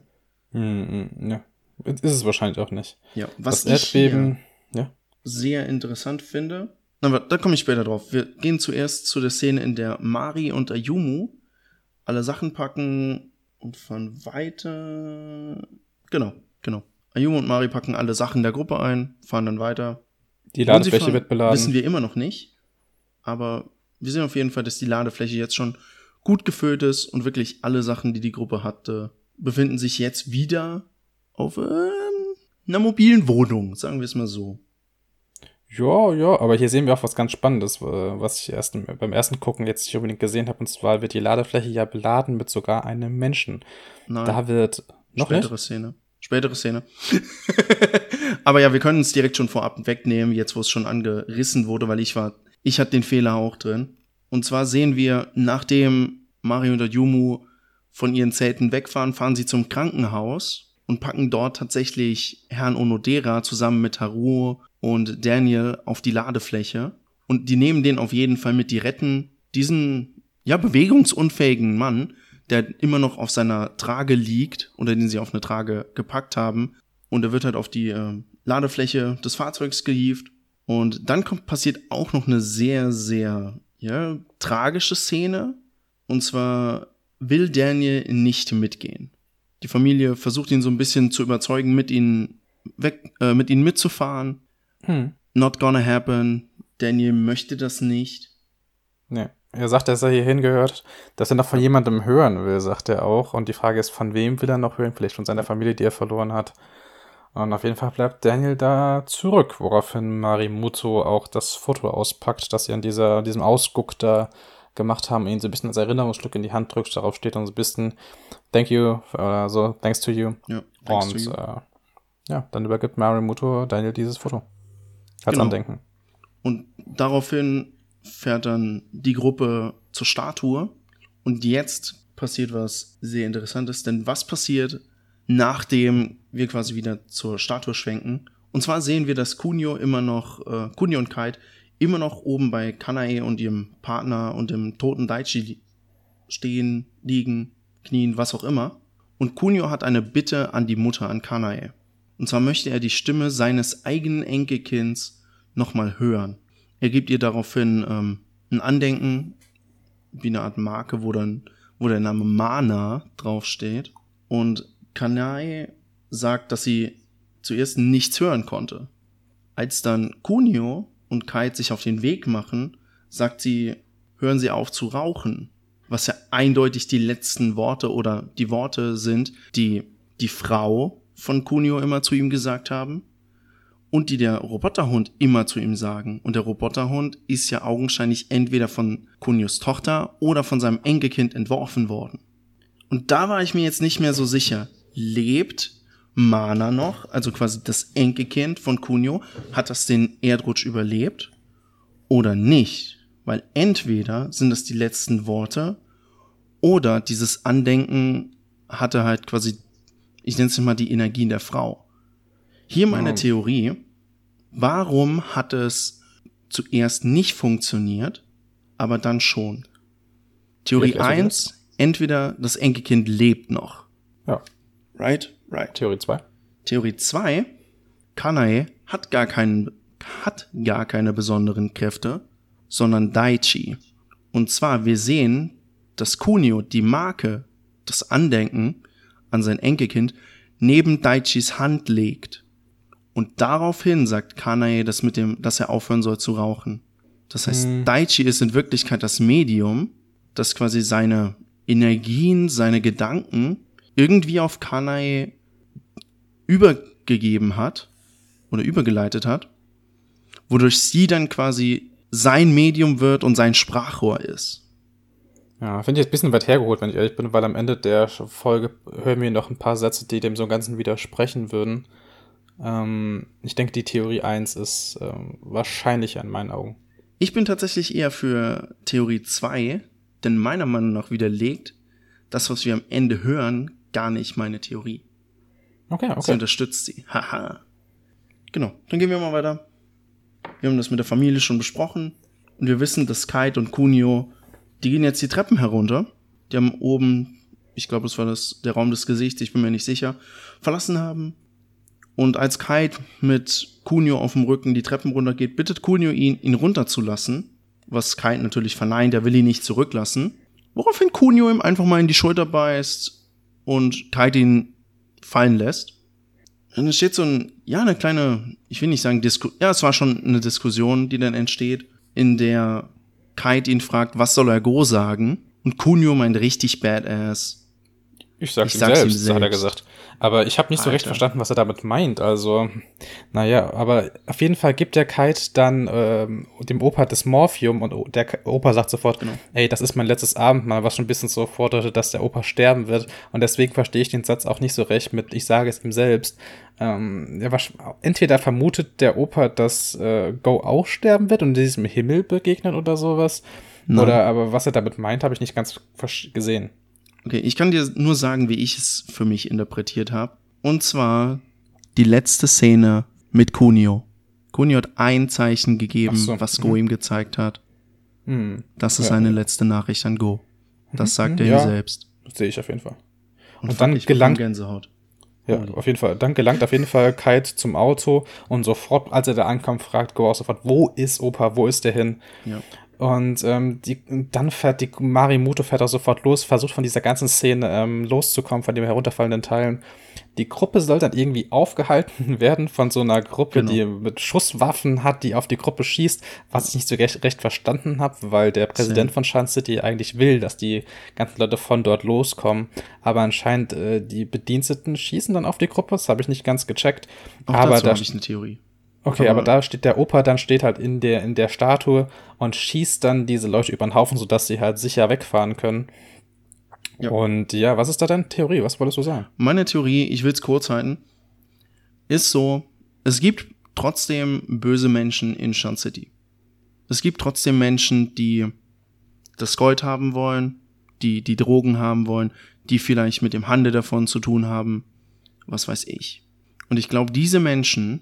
Ja, ist es wahrscheinlich auch nicht. Ja, was das Erdbeben, sehr interessant finde, aber da komme ich später drauf. Wir gehen zuerst zu der Szene, in der Mari und Ayumu alle Sachen packen und fahren weiter. Genau. Ayumu und Mari packen alle Sachen der Gruppe ein, fahren dann weiter. Die Ladefläche wird beladen. Wissen wir immer noch nicht. Aber wir sehen auf jeden Fall, dass die Ladefläche jetzt schon gut gefüllt ist und wirklich alle Sachen, die die Gruppe hatte, befinden sich jetzt wieder auf einer mobilen Wohnung, sagen wir es mal so. Ja, aber hier sehen wir auch was ganz Spannendes, was ich beim ersten Gucken jetzt nicht unbedingt gesehen habe. Und zwar wird die Ladefläche ja beladen mit sogar einem Menschen. Nein. Da wird noch Spätere Szene. Aber ja, wir können es direkt schon vorab wegnehmen, jetzt wo es schon angerissen wurde, weil ich hatte den Fehler auch drin. Und zwar sehen wir, nachdem Mari und Ayumu von ihren Zelten wegfahren, fahren sie zum Krankenhaus und packen dort tatsächlich Herrn Onodera zusammen mit Haruo und Daniel auf die Ladefläche. Und die nehmen den auf jeden Fall mit. Die retten diesen, bewegungsunfähigen Mann, der immer noch auf seiner Trage liegt oder den sie auf eine Trage gepackt haben. Und er wird halt auf die Ladefläche des Fahrzeugs gehievt. Und dann passiert auch noch eine sehr, sehr tragische Szene. Und zwar will Daniel nicht mitgehen. Die Familie versucht ihn so ein bisschen zu überzeugen, mit ihnen mitzufahren. Not gonna happen. Daniel möchte das nicht. Nee. Er sagt, dass er hier hingehört, dass er noch von jemandem hören will, sagt er auch. Und die Frage ist, von wem will er noch hören? Vielleicht von seiner Familie, die er verloren hat. Und auf jeden Fall bleibt Daniel da zurück, woraufhin Marimoto auch das Foto auspackt, das sie an diesem Ausguck da gemacht haben, ihn so ein bisschen als Erinnerungsstück in die Hand drückt. Darauf steht dann so ein bisschen Thank you, oder so, thanks to you. Ja, thanks to you. Dann übergibt Marimoto Daniel dieses Foto. Als Andenken. Und daraufhin fährt dann die Gruppe zur Statue. Und jetzt passiert was sehr Interessantes. Denn was passiert, nachdem wir quasi wieder zur Statue schwenken? Und zwar sehen wir, dass Kunio und Kite immer noch oben bei Kanae und ihrem Partner und dem toten Daichi stehen, liegen, knien, was auch immer. Und Kunio hat eine Bitte an die Mutter, an Kanae. Und zwar möchte er die Stimme seines eigenen Enkelkinds nochmal hören. Er gibt ihr daraufhin ein Andenken, wie eine Art Marke, wo der Name Mana draufsteht. Und Kanae sagt, dass sie zuerst nichts hören konnte. Als dann Kunio und Kite sich auf den Weg machen, sagt sie, hören Sie auf zu rauchen. Was ja eindeutig die letzten Worte oder die Worte sind, die die Frau von Kunio immer zu ihm gesagt haben. Und die der Roboterhund immer zu ihm sagen. Und der Roboterhund ist ja augenscheinlich entweder von Kunios Tochter oder von seinem Enkelkind entworfen worden. Und da war ich mir jetzt nicht mehr so sicher. Lebt Mana noch, also quasi das Enkelkind von Kunio, hat das den Erdrutsch überlebt oder nicht? Weil entweder sind das die letzten Worte oder dieses Andenken hatte halt quasi ich nenne es mal die Energien der Frau. Hier meine Theorie, warum hat es zuerst nicht funktioniert, aber dann schon? Theorie 1, entweder das Enkelkind lebt noch. Ja. Right. Theorie 2. Theorie 2, Kanae hat gar keine besonderen Kräfte, sondern Daichi. Und zwar, wir sehen, dass Kunio die Marke, das Andenken an sein Enkelkind, neben Daichis Hand legt. Und daraufhin sagt Kanae dass er aufhören soll zu rauchen. Das heißt, Daichi ist in Wirklichkeit das Medium, das quasi seine Energien, seine Gedanken irgendwie auf Kanae übergegeben hat oder übergeleitet hat, wodurch sie dann quasi sein Medium wird und sein Sprachrohr ist. Ja, finde ich jetzt ein bisschen weit hergeholt, wenn ich ehrlich bin, weil am Ende der Folge hören wir noch ein paar Sätze, die dem so Ganzen widersprechen würden. Ich denke, die Theorie 1 ist wahrscheinlicher in meinen Augen. Ich bin tatsächlich eher für Theorie 2, denn meiner Meinung nach widerlegt das, was wir am Ende hören, gar nicht meine Theorie. Okay. Sie unterstützt sie. Haha. Genau, dann gehen wir mal weiter. Wir haben das mit der Familie schon besprochen und wir wissen, dass Kite und Kunio, die gehen jetzt die Treppen herunter. Die haben oben, ich glaube, das war der Raum des Gesichts, ich bin mir nicht sicher, verlassen haben. Und als Kite mit Kunio auf dem Rücken die Treppen runtergeht, bittet Kunio ihn runterzulassen, was Kite natürlich verneint, er will ihn nicht zurücklassen. Woraufhin Kunio ihm einfach mal in die Schulter beißt und Kite ihn fallen lässt. Und es steht so eine kleine, ich will nicht sagen es war schon eine Diskussion, die dann entsteht, in der Kite ihn fragt, was soll er Go sagen? Und Kunio meint richtig badass. Ich sag's ihm selbst, hat er gesagt. Aber ich habe nicht so recht verstanden, was er damit meint. Also, naja, aber auf jeden Fall gibt der Kite dann dem Opa das Morphium und der Opa sagt sofort, ey, das ist mein letztes Abendmahl, was schon ein bisschen so vordeutet, dass der Opa sterben wird. Und deswegen verstehe ich den Satz auch nicht so recht mit, ich sage es ihm selbst. Entweder vermutet der Opa, dass Go auch sterben wird und in diesem Himmel begegnen oder sowas. Nein. Oder aber was er damit meint, habe ich nicht ganz gesehen. Okay, ich kann dir nur sagen, wie ich es für mich interpretiert habe. Und zwar die letzte Szene mit Kunio. Kunio hat ein Zeichen gegeben, was Go ihm gezeigt hat. Das ist seine letzte Nachricht an Go. Das sagt er ihm selbst. Das sehe ich auf jeden Fall. Und dann gelangt Gänsehaut. Ja, auf jeden Fall. Dann gelangt auf jeden Fall Kite zum Auto und sofort, als er da ankommt, fragt Go auch sofort, wo ist Opa, wo ist der hin? Ja. Und dann fährt die Marimoto auch sofort los, versucht von dieser ganzen Szene loszukommen, von den herunterfallenden Teilen. Die Gruppe soll dann irgendwie aufgehalten werden von so einer Gruppe, die mit Schusswaffen hat, die auf die Gruppe schießt, was ich nicht so recht verstanden habe, weil der Präsident von Shan City eigentlich will, dass die ganzen Leute von dort loskommen. Aber anscheinend die Bediensteten schießen dann auf die Gruppe, das habe ich nicht ganz gecheckt. Aber dazu habe ich eine Theorie. Okay, aber da steht der Opa, dann steht halt in der Statue und schießt dann diese Leute über den Haufen, sodass sie halt sicher wegfahren können. Ja. Und ja, was ist da deine Theorie? Was wolltest du sagen? Meine Theorie, ich will es kurz halten, ist so, es gibt trotzdem böse Menschen in Shan City. Es gibt trotzdem Menschen, die das Gold haben wollen, die Drogen haben wollen, die vielleicht mit dem Handel davon zu tun haben, was weiß ich. Und ich glaube, diese Menschen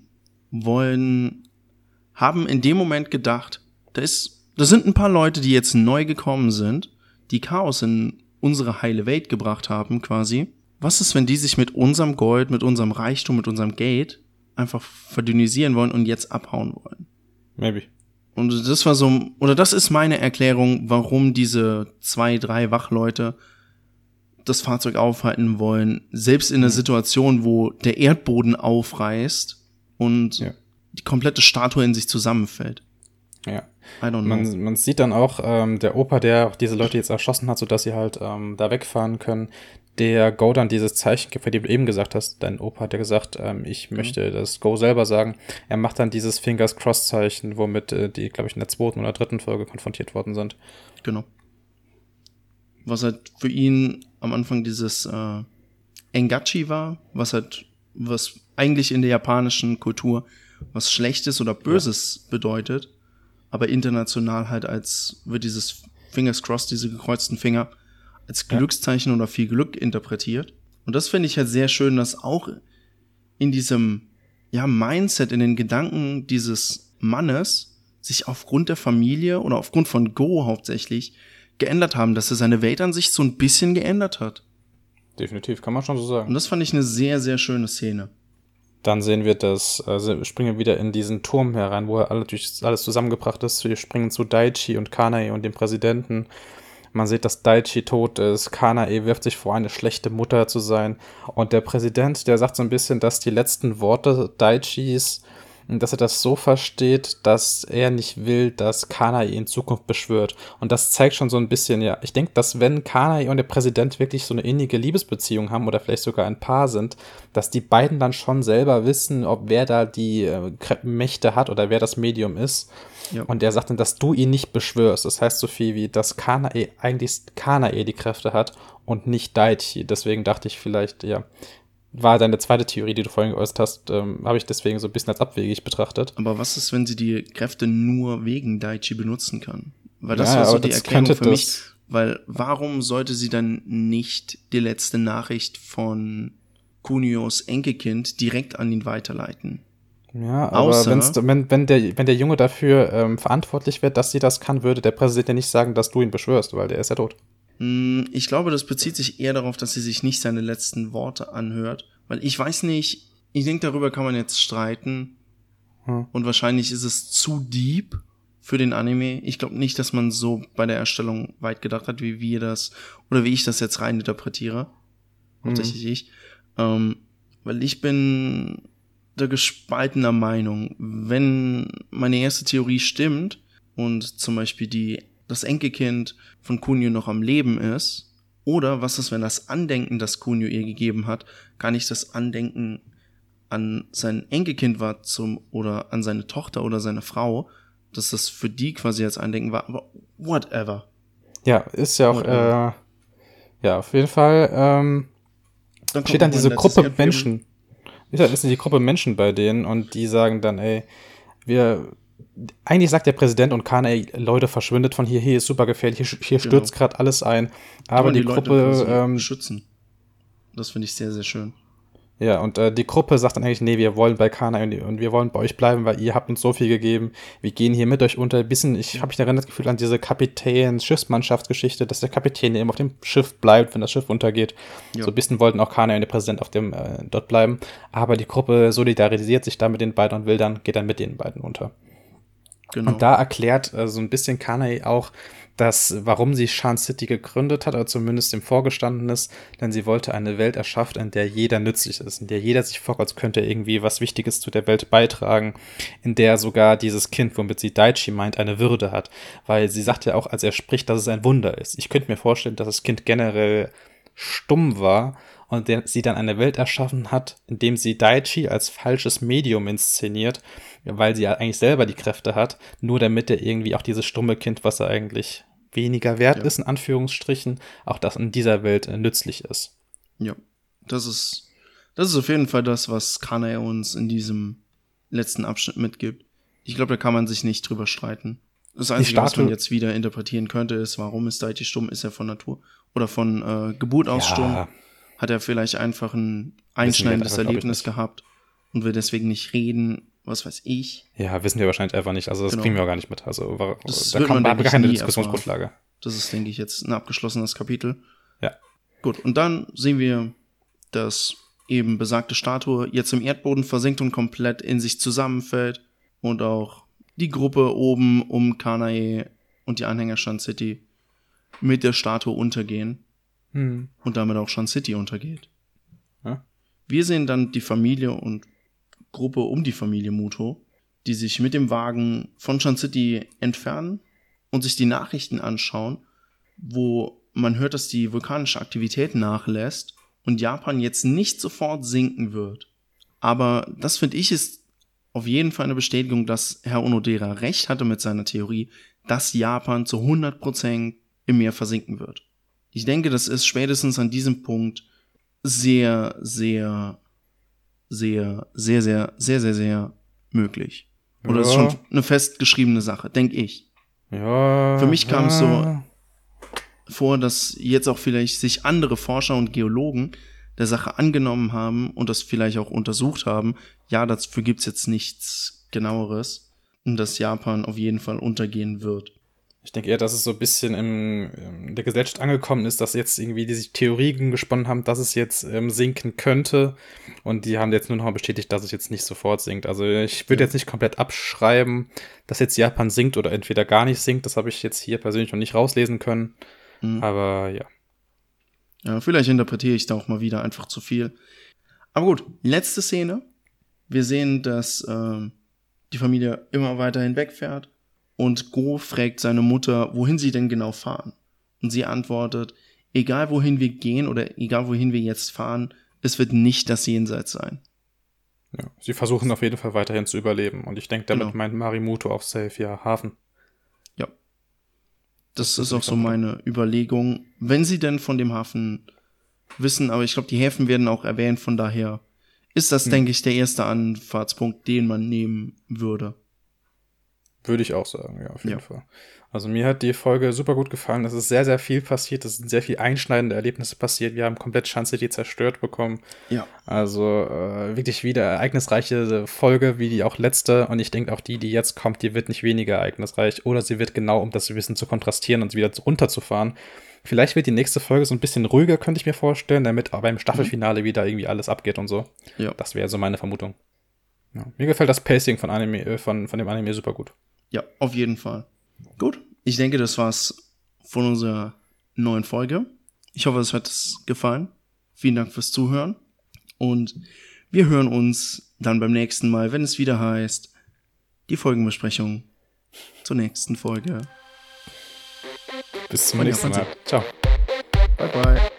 haben in dem Moment gedacht, da sind ein paar Leute, die jetzt neu gekommen sind, die Chaos in unsere heile Welt gebracht haben, quasi. Was ist, wenn die sich mit unserem Gold, mit unserem Reichtum, mit unserem Geld einfach verdünnisieren wollen und jetzt abhauen wollen? Maybe. Und das ist meine Erklärung, warum diese 2, 3 Wachleute das Fahrzeug aufhalten wollen, selbst in einer Situation, wo der Erdboden aufreißt und die komplette Statue in sich zusammenfällt. Ja. I don't know. Man sieht dann auch, der Opa, der diese Leute jetzt erschossen hat, sodass sie halt da wegfahren können, der Go dann dieses Zeichen gibt, von dem du eben gesagt hast. Dein Opa hat ja gesagt, ich möchte das Go selber sagen. Er macht dann dieses Fingers Cross Zeichen, womit die, glaube ich, in der 2. oder 3. Folge konfrontiert worden sind. Genau. Was halt für ihn am Anfang dieses Engachi war, was eigentlich in der japanischen Kultur was Schlechtes oder Böses bedeutet, aber international halt wird dieses Fingers crossed, diese gekreuzten Finger, als Glückszeichen oder viel Glück interpretiert. Und das finde ich halt sehr schön, dass auch in diesem Mindset, in den Gedanken dieses Mannes sich aufgrund der Familie oder aufgrund von Go hauptsächlich geändert haben, dass er seine Weltansicht so ein bisschen geändert hat. Definitiv, kann man schon so sagen. Und das fand ich eine sehr, sehr schöne Szene. Dann sehen wir springen wir wieder in diesen Turm herein, wo alles zusammengebracht ist. Wir springen zu Daichi und Kanae und dem Präsidenten. Man sieht, dass Daichi tot ist. Kanae wirft sich vor, eine schlechte Mutter zu sein. Und der Präsident, der sagt so ein bisschen, dass die letzten Worte Daichis, dass er das so versteht, dass er nicht will, dass Kanae in Zukunft beschwört. Und das zeigt schon so ein bisschen, ja, ich denke, dass wenn Kanae und der Präsident wirklich so eine innige Liebesbeziehung haben oder vielleicht sogar ein Paar sind, dass die beiden dann schon selber wissen, wer da die Mächte hat oder wer das Medium ist. Ja. Und er sagt dann, dass du ihn nicht beschwörst. Das heißt so viel wie, dass Kanae die Kräfte hat und nicht Daichi. Deswegen dachte ich vielleicht, ja, war deine zweite Theorie, die du vorhin geäußert hast, habe ich deswegen so ein bisschen als abwegig betrachtet. Aber was ist, wenn sie die Kräfte nur wegen Daichi benutzen kann? Weil das war so die Erklärung für mich. Weil warum sollte sie dann nicht die letzte Nachricht von Kunios Enkelkind direkt an ihn weiterleiten? Ja, aber wenn der Junge dafür verantwortlich wird, dass sie das kann, würde der Präsident ja nicht sagen, dass du ihn beschwörst, weil der ist ja tot. Ich glaube, das bezieht sich eher darauf, dass sie sich nicht seine letzten Worte anhört. Weil ich weiß nicht, ich denke, darüber kann man jetzt streiten. Und wahrscheinlich ist es zu deep für den Anime. Ich glaube nicht, dass man so bei der Erstellung weit gedacht hat, wie wir das, oder wie ich das jetzt rein interpretiere. Hauptsächlich ich. Weil ich bin der gespaltener Meinung. Wenn meine erste Theorie stimmt und zum Beispiel das Enkelkind von Kunio noch am Leben ist, oder was ist, wenn das Andenken, das Kunio ihr gegeben hat, gar nicht das Andenken an sein Enkelkind war oder an seine Tochter oder seine Frau, dass das für die quasi als Andenken war, aber whatever. Ja, ist ja auch, ja, auf jeden Fall, steht dann diese Gruppe Menschen. Das sind die Gruppe Menschen bei denen und die sagen dann, eigentlich sagt der Präsident und Kanae, Leute, verschwindet von hier ist super gefährlich, hier stürzt gerade alles ein. Aber die Gruppe schützen. Das finde ich sehr, sehr schön. Ja, und die Gruppe sagt dann eigentlich, nee, wir wollen bei Kanae und wir wollen bei euch bleiben, weil ihr habt uns so viel gegeben. Wir gehen hier mit euch unter. Ein bisschen, ich habe mich erinnert gefühlt an diese Schiffsmannschaftsgeschichte, dass der Kapitän eben auf dem Schiff bleibt, wenn das Schiff untergeht. Ja. So ein bisschen wollten auch Kanae und der Präsident dort bleiben. Aber die Gruppe solidarisiert sich da mit den beiden und geht dann mit den beiden unter. Genau. Und da erklärt so ein bisschen Kanae auch, warum sie Shan City gegründet hat, oder zumindest dem vorgestanden ist, denn sie wollte eine Welt erschaffen, in der jeder nützlich ist, in der jeder sich vorkommt, als könnte irgendwie was Wichtiges zu der Welt beitragen, in der sogar dieses Kind, womit sie Daichi meint, eine Würde hat. Weil sie sagt ja auch, als er spricht, dass es ein Wunder ist. Ich könnte mir vorstellen, dass das Kind generell stumm war und sie dann eine Welt erschaffen hat, indem sie Daichi als falsches Medium inszeniert, weil sie ja eigentlich selber die Kräfte hat, nur damit er irgendwie auch dieses stumme Kind, was er eigentlich weniger wert ist, in Anführungsstrichen, auch das in dieser Welt nützlich ist. Ja, das ist auf jeden Fall das, was Kanae uns in diesem letzten Abschnitt mitgibt. Ich glaube, da kann man sich nicht drüber streiten. Das Einzige, was man jetzt wieder interpretieren könnte, ist, warum ist Daichi stumm? Ist er von Natur oder von Geburt aus stumm? Hat er vielleicht einfach ein einschneidendes Erlebnis gehabt und will deswegen nicht reden? Was weiß ich. Ja, wissen wir wahrscheinlich einfach nicht. Also das kriegen wir auch gar nicht mit. Also da haben wir gar keine Diskussionsgrundlage. Das ist, denke ich, jetzt ein abgeschlossenes Kapitel. Ja. Gut, und dann sehen wir, dass eben besagte Statue jetzt im Erdboden versinkt und komplett in sich zusammenfällt und auch die Gruppe oben um Kanae und die Anhänger Shan City mit der Statue untergehen und damit auch Shan City untergeht. Ja. Wir sehen dann die Familie und Gruppe um die Familie Muto, die sich mit dem Wagen von Shan City entfernen und sich die Nachrichten anschauen, wo man hört, dass die vulkanische Aktivität nachlässt und Japan jetzt nicht sofort sinken wird. Aber das, finde ich, ist auf jeden Fall eine Bestätigung, dass Herr Onodera recht hatte mit seiner Theorie, dass Japan zu 100% im Meer versinken wird. Ich denke, das ist spätestens an diesem Punkt sehr, sehr, sehr, sehr, sehr, sehr, sehr, sehr möglich. Oder das ist schon eine festgeschriebene Sache, denke ich. Ja. Für mich kam es so vor, dass jetzt auch vielleicht sich andere Forscher und Geologen der Sache angenommen haben und das vielleicht auch untersucht haben, ja, dafür gibt's jetzt nichts Genaueres, und dass Japan auf jeden Fall untergehen wird. Ich denke eher, dass es so ein bisschen in der Gesellschaft angekommen ist, dass jetzt irgendwie die sich Theorien gesponnen haben, dass es jetzt sinken könnte. Und die haben jetzt nur noch mal bestätigt, dass es jetzt nicht sofort sinkt. Also ich würde jetzt nicht komplett abschreiben, dass jetzt Japan sinkt oder entweder gar nicht sinkt. Das habe ich jetzt hier persönlich noch nicht rauslesen können. Aber ja. Ja, vielleicht interpretiere ich da auch mal wieder einfach zu viel. Aber gut, letzte Szene. Wir sehen, dass die Familie immer weiterhin wegfährt. Und Go fragt seine Mutter, wohin sie denn genau fahren. Und sie antwortet, egal wohin wir gehen oder egal wohin wir jetzt fahren, es wird nicht das Jenseits sein. Ja, sie versuchen auf jeden Fall weiterhin zu überleben. Und ich denke, damit meint Marimuto auf Safe ja Hafen. Ja. Das ist auch so meine Überlegung. Wenn sie denn von dem Hafen wissen, aber ich glaube, die Häfen werden auch erwähnt, von daher ist das, denke ich, der erste Anfahrtspunkt, den man nehmen würde. Würde ich auch sagen, ja, auf jeden Fall. Also mir hat die Folge super gut gefallen. Es ist sehr, sehr viel passiert. Es sind sehr viel einschneidende Erlebnisse passiert. Wir haben komplett Shan City zerstört bekommen. Ja. Also wirklich wieder ereignisreiche Folge, wie die auch letzte. Und ich denke auch die jetzt kommt, die wird nicht weniger ereignisreich. Oder sie wird genau, um das Wissen zu kontrastieren und wieder runterzufahren. Vielleicht wird die nächste Folge so ein bisschen ruhiger, könnte ich mir vorstellen, damit aber im Staffelfinale wieder irgendwie alles abgeht und so. Ja. Das wäre so meine Vermutung. Ja. Mir gefällt das Pacing von dem Anime super gut. Ja, auf jeden Fall. Gut, ich denke, das war's von unserer neuen Folge. Ich hoffe, es hat es gefallen. Vielen Dank fürs Zuhören. Und wir hören uns dann beim nächsten Mal, wenn es wieder heißt, die Folgenbesprechung zur nächsten Folge. Bis zum nächsten Mal. Ciao. Bye, bye.